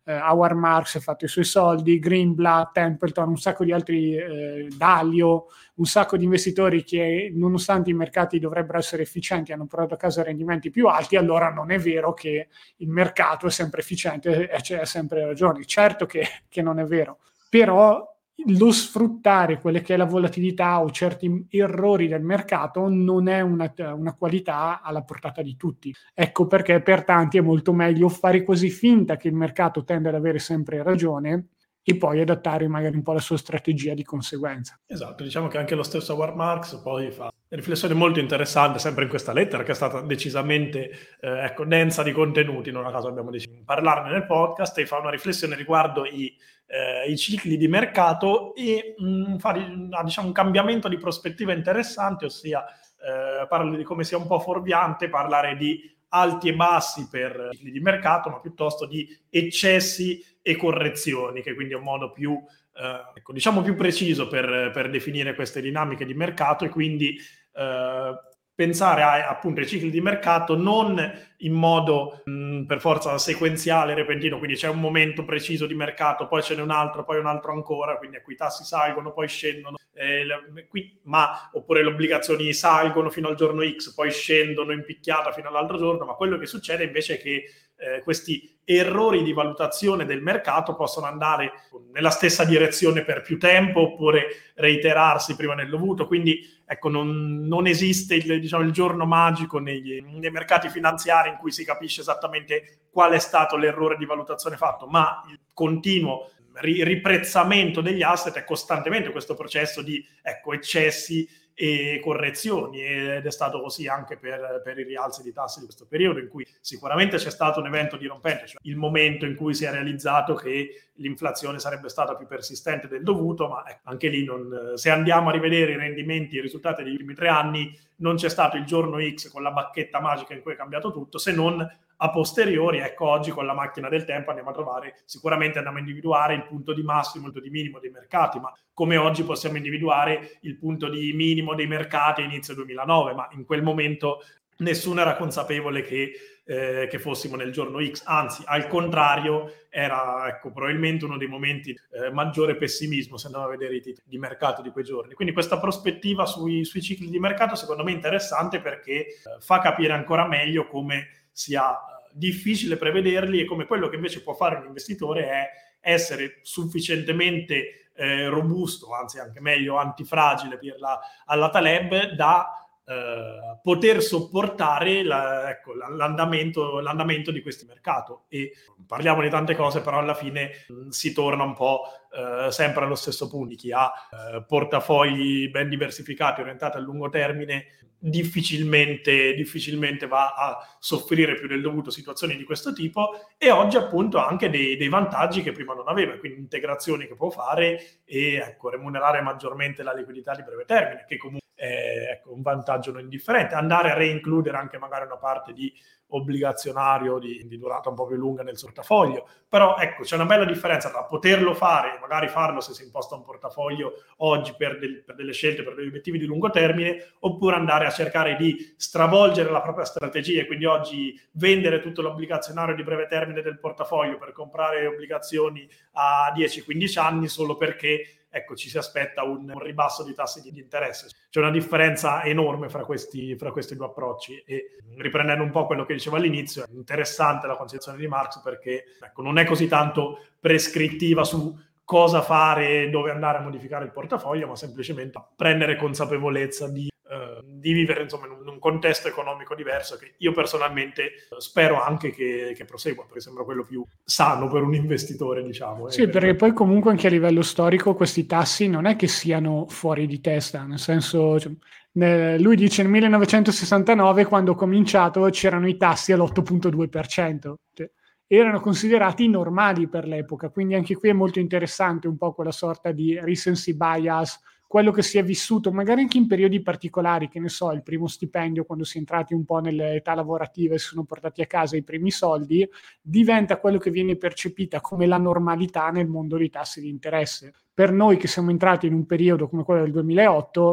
eh, Howard Marks ha fatto i suoi soldi, Greenblatt, Templeton, un sacco di altri, eh, Dalio, un sacco di investitori che nonostante i mercati dovrebbero essere efficienti hanno portato a casa rendimenti più alti. Allora non è vero che il mercato è sempre efficiente e c'è sempre ragione, certo che, che non è vero, però lo sfruttare quelle che è la volatilità o certi errori del mercato non è una, una qualità alla portata di tutti. Ecco perché per tanti è molto meglio fare così finta che il mercato tende ad avere sempre ragione e poi adattare magari un po' la sua strategia di conseguenza. Esatto, diciamo che anche lo stesso Howard Marks poi fa riflessione molto interessante sempre in questa lettera, che è stata decisamente eh, ecco, densa di contenuti, non a caso abbiamo deciso di parlarne nel podcast, e fa una riflessione riguardo i, eh, i cicli di mercato e mh, fa diciamo, un cambiamento di prospettiva interessante, ossia eh, parla di come sia un po' fuorviante parlare di alti e bassi per i cicli di mercato, ma piuttosto di eccessi e correzioni, che quindi è un modo più eh, ecco, diciamo più preciso per, per definire queste dinamiche di mercato, e quindi eh, pensare a, appunto ai cicli di mercato non in modo mh, per forza sequenziale, repentino, quindi c'è un momento preciso di mercato, poi ce n'è un altro, poi un altro ancora, quindi ecco, i tassi salgono, poi scendono, eh, le, qui, ma oppure le obbligazioni salgono fino al giorno X, poi scendono in picchiata fino all'altro giorno, ma quello che succede invece è che eh, questi errori di valutazione del mercato possono andare nella stessa direzione per più tempo oppure reiterarsi prima del dovuto, quindi ecco non, non esiste il, diciamo, il giorno magico nei, nei mercati finanziari in cui si capisce esattamente qual è stato l'errore di valutazione fatto, ma il continuo riprezzamento degli asset è costantemente questo processo di ecco, eccessi e correzioni, ed è stato così anche per, per i rialzi di tassi di questo periodo, in cui sicuramente c'è stato un evento dirompente, cioè il momento in cui si è realizzato che l'inflazione sarebbe stata più persistente del dovuto, ma ecco, anche lì non, se andiamo a rivedere i rendimenti e i risultati degli ultimi tre anni non c'è stato il giorno X con la bacchetta magica in cui è cambiato tutto, se non a posteriori. Ecco, oggi con la macchina del tempo andiamo a trovare, sicuramente andiamo a individuare il punto di massimo, il punto di minimo dei mercati, ma come oggi possiamo individuare il punto di minimo dei mercati a inizio duemilanove, ma in quel momento nessuno era consapevole che, eh, che fossimo nel giorno X, anzi al contrario era ecco, probabilmente uno dei momenti eh, maggiore pessimismo se andiamo a vedere i titoli di mercato di quei giorni. Quindi questa prospettiva sui, sui cicli di mercato secondo me è interessante, perché eh, fa capire ancora meglio come sia difficile prevederli e come quello che invece può fare un investitore è essere sufficientemente eh, robusto, anzi anche meglio antifragile per la, alla Taleb, da eh, poter sopportare la, ecco, l'andamento, l'andamento di questi mercato. E parliamo di tante cose, però alla fine mh, si torna un po' eh, sempre allo stesso punto. Chi ha eh, portafogli ben diversificati, orientati a lungo termine, difficilmente, difficilmente va a soffrire più del dovuto situazioni di questo tipo, e oggi appunto ha anche dei, dei vantaggi che prima non aveva, quindi integrazioni che può fare e ecco, remunerare maggiormente la liquidità di breve termine, che comunque è ecco, un vantaggio non indifferente, andare a reincludere anche magari una parte di obbligazionario di, di durata un po' più lunga nel portafoglio. Però ecco, c'è una bella differenza tra poterlo fare, magari farlo se si imposta un portafoglio oggi per, del, per delle scelte, per degli obiettivi di lungo termine, oppure andare a cercare di stravolgere la propria strategia e quindi oggi vendere tutto l'obbligazionario di breve termine del portafoglio per comprare obbligazioni a dieci quindici anni solo perché ecco, ci si aspetta un, un ribasso di tassi di interesse. C'è una differenza enorme fra questi, fra questi due approcci, e riprendendo un po' quello che dicevo all'inizio, è interessante la concezione di Marx perché ecco, non è così tanto prescrittiva su cosa fare, dove andare a modificare il portafoglio, ma semplicemente prendere consapevolezza di, eh, di vivere insomma, in un contesto economico diverso, che io personalmente spero anche che, che prosegua, perché sembra quello più sano per un investitore, diciamo. Sì, perché poi comunque anche a livello storico questi tassi non è che siano fuori di testa, nel senso, cioè, lui dice nel millenovecentosessantanove, quando ho cominciato, c'erano i tassi all'otto virgola due per cento, cioè, erano considerati normali per l'epoca, quindi anche qui è molto interessante un po' quella sorta di recency bias, quello che si è vissuto magari anche in periodi particolari, che ne so, il primo stipendio, quando si è entrati un po' nell'età lavorativa e si sono portati a casa i primi soldi, diventa quello che viene percepita come la normalità nel mondo dei tassi di interesse. Per noi che siamo entrati in un periodo come quello del duemilaotto,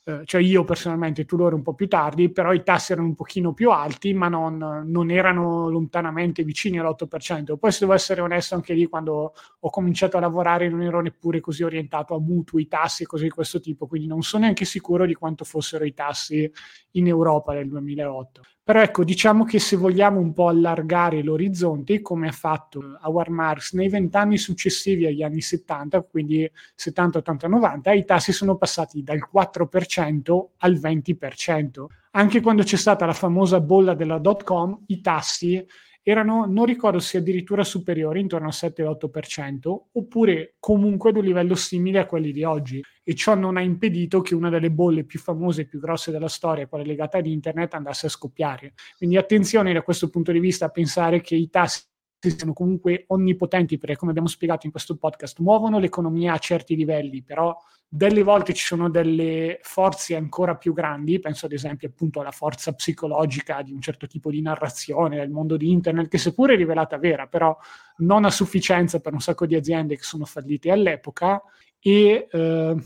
eh, cioè io personalmente, tu loro un po' più tardi, però i tassi erano un pochino più alti, ma non, non erano lontanamente vicini all'otto per cento. Poi, se devo essere onesto, anche lì quando ho cominciato a lavorare non ero neppure così orientato a mutui, tassi e cose di questo tipo, quindi non sono neanche sicuro di quanto fossero i tassi in Europa nel duemilaotto. Però ecco, diciamo che se vogliamo un po' allargare l'orizzonte, come ha fatto Howard Marks nei vent'anni successivi agli anni settanta, quindi settanta, ottanta, novanta, i tassi sono passati dal quattro per cento al venti per cento. Anche quando c'è stata la famosa bolla della dot com, i tassi erano, non ricordo se addirittura superiori, intorno al sette otto per cento, oppure comunque ad un livello simile a quelli di oggi. E ciò non ha impedito che una delle bolle più famose e più grosse della storia, quella legata ad internet, andasse a scoppiare. Quindi attenzione da questo punto di vista a pensare che i tassi siano comunque onnipotenti, perché, come abbiamo spiegato in questo podcast, muovono l'economia a certi livelli, però delle volte ci sono delle forze ancora più grandi, penso ad esempio appunto alla forza psicologica di un certo tipo di narrazione del mondo di internet, che seppure è rivelata vera, però non a sufficienza per un sacco di aziende che sono fallite all'epoca. E eh,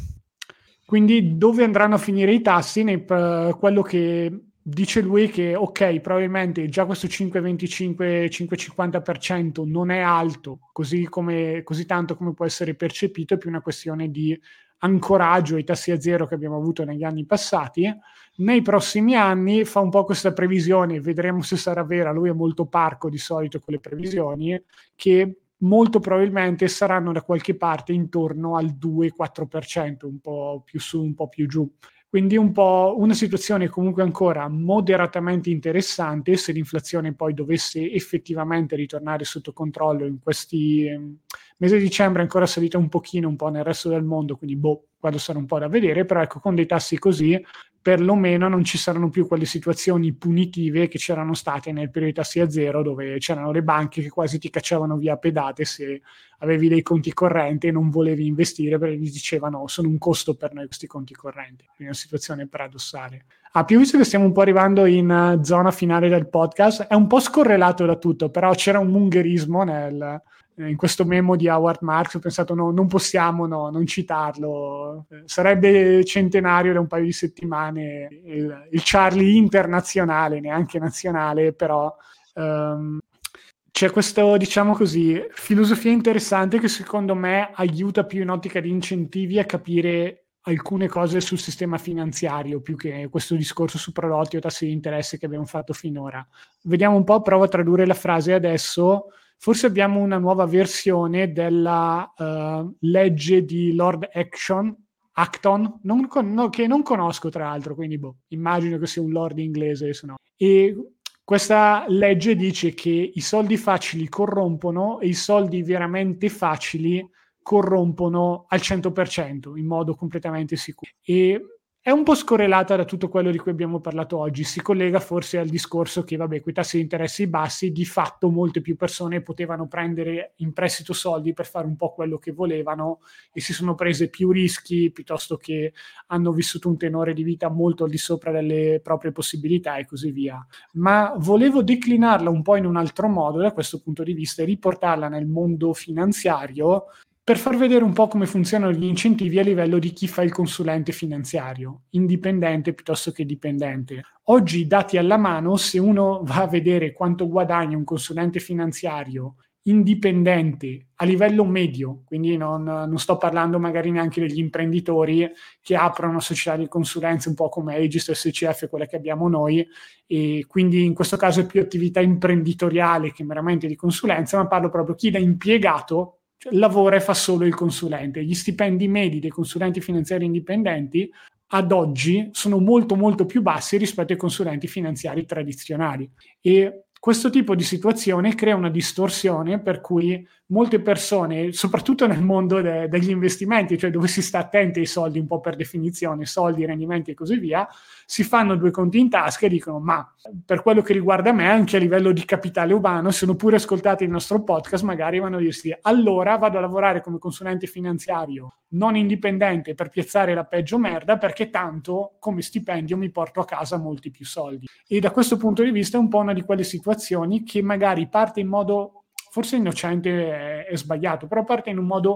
quindi dove andranno a finire i tassi? Nei, uh, quello che dice lui, che ok, probabilmente già questo cinque virgola venticinque cinque virgola cinquanta per cento non è alto così, come, così tanto come può essere percepito, è più una questione di ancoraggio ai tassi a zero che abbiamo avuto negli anni passati. Nei prossimi anni fa un po' questa previsione, vedremo se sarà vera, lui è molto parco di solito con le previsioni, che molto probabilmente saranno da qualche parte intorno al due quattro per cento, un po' più su, un po' più giù. Quindi un po' una situazione comunque ancora moderatamente interessante. Se l'inflazione poi dovesse effettivamente ritornare sotto controllo in questi eh, mesi di dicembre, è ancora salita un pochino un po' nel resto del mondo, quindi boh, quello sarà un po' da vedere, però ecco, con dei tassi così perlomeno non ci saranno più quelle situazioni punitive che c'erano state nel periodo di tassi a zero, dove c'erano le banche che quasi ti cacciavano via a pedate se avevi dei conti correnti e non volevi investire, perché gli dicevano sono un costo per noi questi conti correnti. Quindi è una situazione paradossale. Ah, più visto che stiamo un po' arrivando in uh, zona finale del podcast, è un po' scorrelato da tutto, però c'era un mungherismo nel, in questo memo di Howard Marks. Ho pensato no, non possiamo no, non citarlo, sarebbe centenario da un paio di settimane il, il Charlie internazionale, neanche nazionale, però um, c'è questa, diciamo così, filosofia interessante che secondo me aiuta più in ottica di incentivi a capire alcune cose sul sistema finanziario, più che questo discorso su prodotti o tassi di interesse che abbiamo fatto finora. Vediamo un po', provo a tradurre la frase adesso. Forse abbiamo una nuova versione della uh, legge di Lord Action, Acton, non con, no, che non conosco tra l'altro, quindi boh, immagino che sia un lord inglese, se no. E questa legge dice che i soldi facili corrompono e i soldi veramente facili corrompono al cento per cento, in modo completamente sicuro. E è un po' scorrelata da tutto quello di cui abbiamo parlato oggi. Si collega forse al discorso che, vabbè, con i tassi di interessi bassi, di fatto molte più persone potevano prendere in prestito soldi per fare un po' quello che volevano e si sono prese più rischi, piuttosto che hanno vissuto un tenore di vita molto al di sopra delle proprie possibilità e così via. Ma volevo declinarla un po' in un altro modo da questo punto di vista e riportarla nel mondo finanziario, per far vedere un po' come funzionano gli incentivi a livello di chi fa il consulente finanziario, indipendente piuttosto che dipendente. Oggi, dati alla mano, se uno va a vedere quanto guadagna un consulente finanziario indipendente a livello medio, quindi non, non sto parlando magari neanche degli imprenditori che aprono società di consulenza un po' come Aegis, S C F, quella che abbiamo noi, e quindi in questo caso è più attività imprenditoriale che meramente di consulenza, ma parlo proprio chi da impiegato cioè, lavora e fa solo il consulente. Gli stipendi medi dei consulenti finanziari indipendenti ad oggi sono molto molto più bassi rispetto ai consulenti finanziari tradizionali, e questo tipo di situazione crea una distorsione per cui molte persone, soprattutto nel mondo de- degli investimenti, cioè dove si sta attenti ai soldi un po' per definizione, soldi, rendimenti e così via, si fanno due conti in tasca e dicono ma per quello che riguarda me, anche a livello di capitale umano, se hanno pure ascoltato il nostro podcast, magari vanno a dirsi allora vado a lavorare come consulente finanziario non indipendente per piazzare la peggio merda, perché tanto come stipendio mi porto a casa molti più soldi. E da questo punto di vista è un po' una di quelle situazioni che magari parte in modo forse innocente, è, è sbagliato, però parte in un modo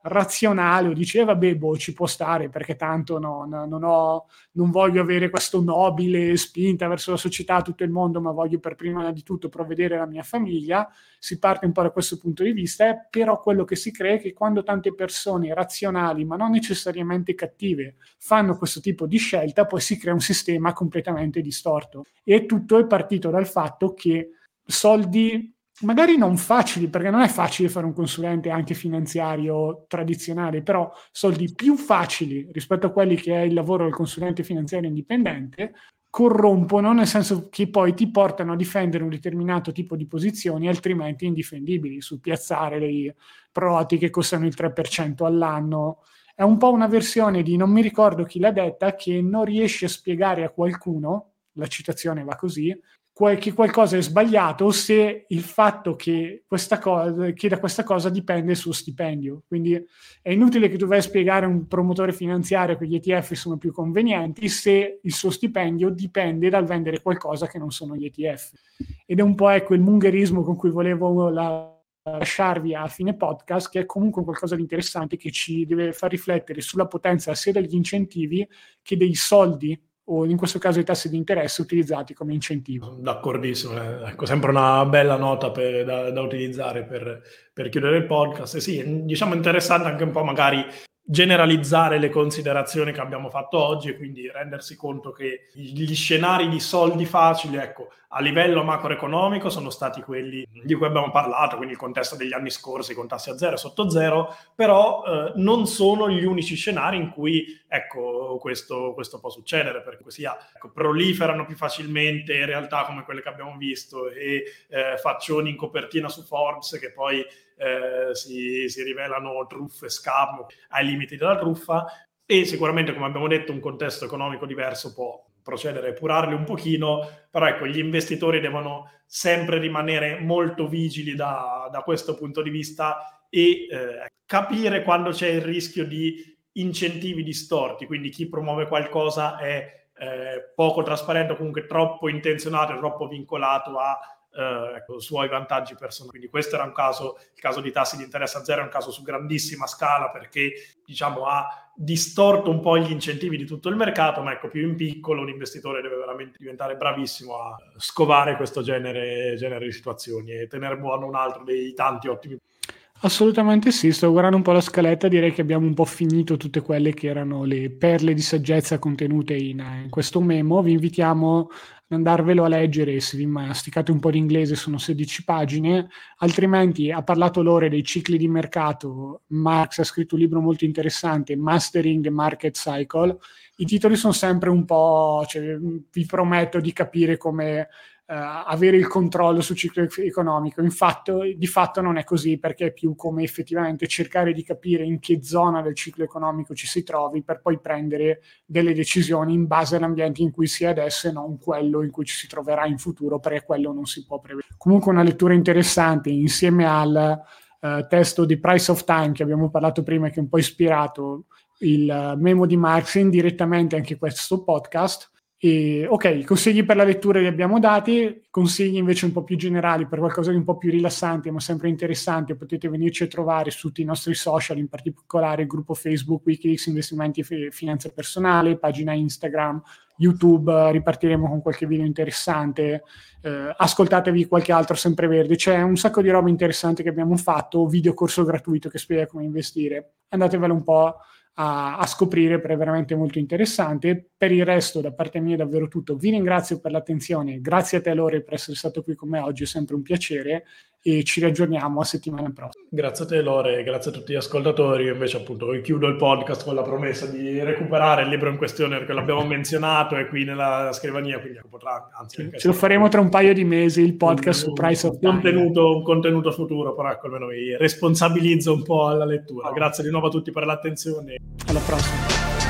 razionale o dici eh, vabbè boh ci può stare perché tanto no, no, non ho non voglio avere questo nobile spinta verso la società, tutto il mondo, ma voglio per prima di tutto provvedere alla mia famiglia. Si parte un po' da questo punto di vista, eh, però quello che si crea è che quando tante persone razionali ma non necessariamente cattive fanno questo tipo di scelta, poi si crea un sistema completamente distorto e tutto è partito dal fatto che soldi magari non facili, perché non è facile fare un consulente anche finanziario tradizionale, però soldi più facili rispetto a quelli che è il lavoro del consulente finanziario indipendente, corrompono, nel senso che poi ti portano a difendere un determinato tipo di posizioni altrimenti indifendibili, sul piazzare dei proti che costano il tre per cento all'anno. È un po' una versione di, non mi ricordo chi l'ha detta, che non riesci a spiegare a qualcuno, la citazione va così, che qualcosa è sbagliato se il fatto che, questa cosa, che da questa cosa dipende il suo stipendio. Quindi è inutile che tu vai a spiegare a un promotore finanziario che gli E T F sono più convenienti se il suo stipendio dipende dal vendere qualcosa che non sono gli E T F. Ed è un po' ecco il mungherismo con cui volevo la, lasciarvi a fine podcast, che è comunque qualcosa di interessante che ci deve far riflettere sulla potenza sia degli incentivi che dei soldi, o in questo caso i tassi di interesse utilizzati come incentivo. D'accordissimo, eh. Ecco, sempre una bella nota per, da, da utilizzare per, per chiudere il podcast. E sì, diciamo interessante anche un po' magari generalizzare le considerazioni che abbiamo fatto oggi e quindi rendersi conto che gli scenari di soldi facili, ecco, a livello macroeconomico sono stati quelli di cui abbiamo parlato, quindi il contesto degli anni scorsi con tassi a zero e sotto zero, però eh, non sono gli unici scenari in cui ecco, questo, questo può succedere, perché sia ecco, proliferano più facilmente realtà come quelle che abbiamo visto e eh, faccioni in copertina su Forbes che poi eh, si, si rivelano truffe, scam ai limiti della truffa, e sicuramente, come abbiamo detto, un contesto economico diverso può procedere a epurarli un pochino, però ecco, gli investitori devono sempre rimanere molto vigili da, da questo punto di vista e eh, capire quando c'è il rischio di incentivi distorti, quindi chi promuove qualcosa è eh, poco trasparente o comunque troppo intenzionato e troppo vincolato a eh, ecco, suoi vantaggi personali. Quindi questo era un caso, il caso di tassi di interesse a zero è un caso su grandissima scala perché diciamo ha distorto un po' gli incentivi di tutto il mercato, ma ecco, più in piccolo un investitore deve veramente diventare bravissimo a scovare questo genere, genere di situazioni e tenere buono un altro dei tanti ottimi. Assolutamente sì, sto guardando un po' la scaletta, direi che abbiamo un po' finito tutte quelle che erano le perle di saggezza contenute in, in questo memo. Vi invitiamo ad andarvelo a leggere, se vi masticate un po' di inglese sono sedici pagine, altrimenti ha parlato Lore dei cicli di mercato, Marx ha scritto un libro molto interessante, Mastering the Market Cycle. I titoli sono sempre un po', cioè, vi prometto di capire come Uh, avere il controllo sul ciclo economico. Infatti, di fatto non è così, perché è più come effettivamente cercare di capire in che zona del ciclo economico ci si trovi per poi prendere delle decisioni in base all'ambiente in cui si è adesso e non quello in cui ci si troverà in futuro, perché quello non si può prevedere. Comunque una lettura interessante insieme al uh, testo di Price of Time che abbiamo parlato prima, che è un po' ispirato il uh, memo di Marx, indirettamente anche questo podcast. E, ok, consigli per la lettura li abbiamo dati, consigli invece un po' più generali per qualcosa di un po' più rilassante ma sempre interessante potete venirci a trovare su tutti i nostri social, in particolare il gruppo Facebook Wikileaks Investimenti e Finanza Personale, pagina Instagram, YouTube, ripartiremo con qualche video interessante, eh, ascoltatevi qualche altro sempreverde, c'è un sacco di roba interessante che abbiamo fatto, video corso gratuito che spiega come investire, andatevelo un po' A, a scoprire, perché è veramente molto interessante. Per il resto da parte mia è davvero tutto, vi ringrazio per l'attenzione, grazie a te Lore per essere stato qui con me oggi, è sempre un piacere e ci riaggiorniamo a settimana prossima. Grazie a te Lore, grazie a tutti gli ascoltatori. Io invece appunto chiudo il podcast con la promessa di recuperare il libro in questione perché l'abbiamo menzionato, è qui nella scrivania, quindi potrà, anzi ce lo faremo tra un paio di mesi il podcast un, su Price of Time. Contenuto, un contenuto futuro, però ecco almeno mi responsabilizzo un po' alla lettura. Oh. Grazie di nuovo a tutti per l'attenzione. Alla prossima.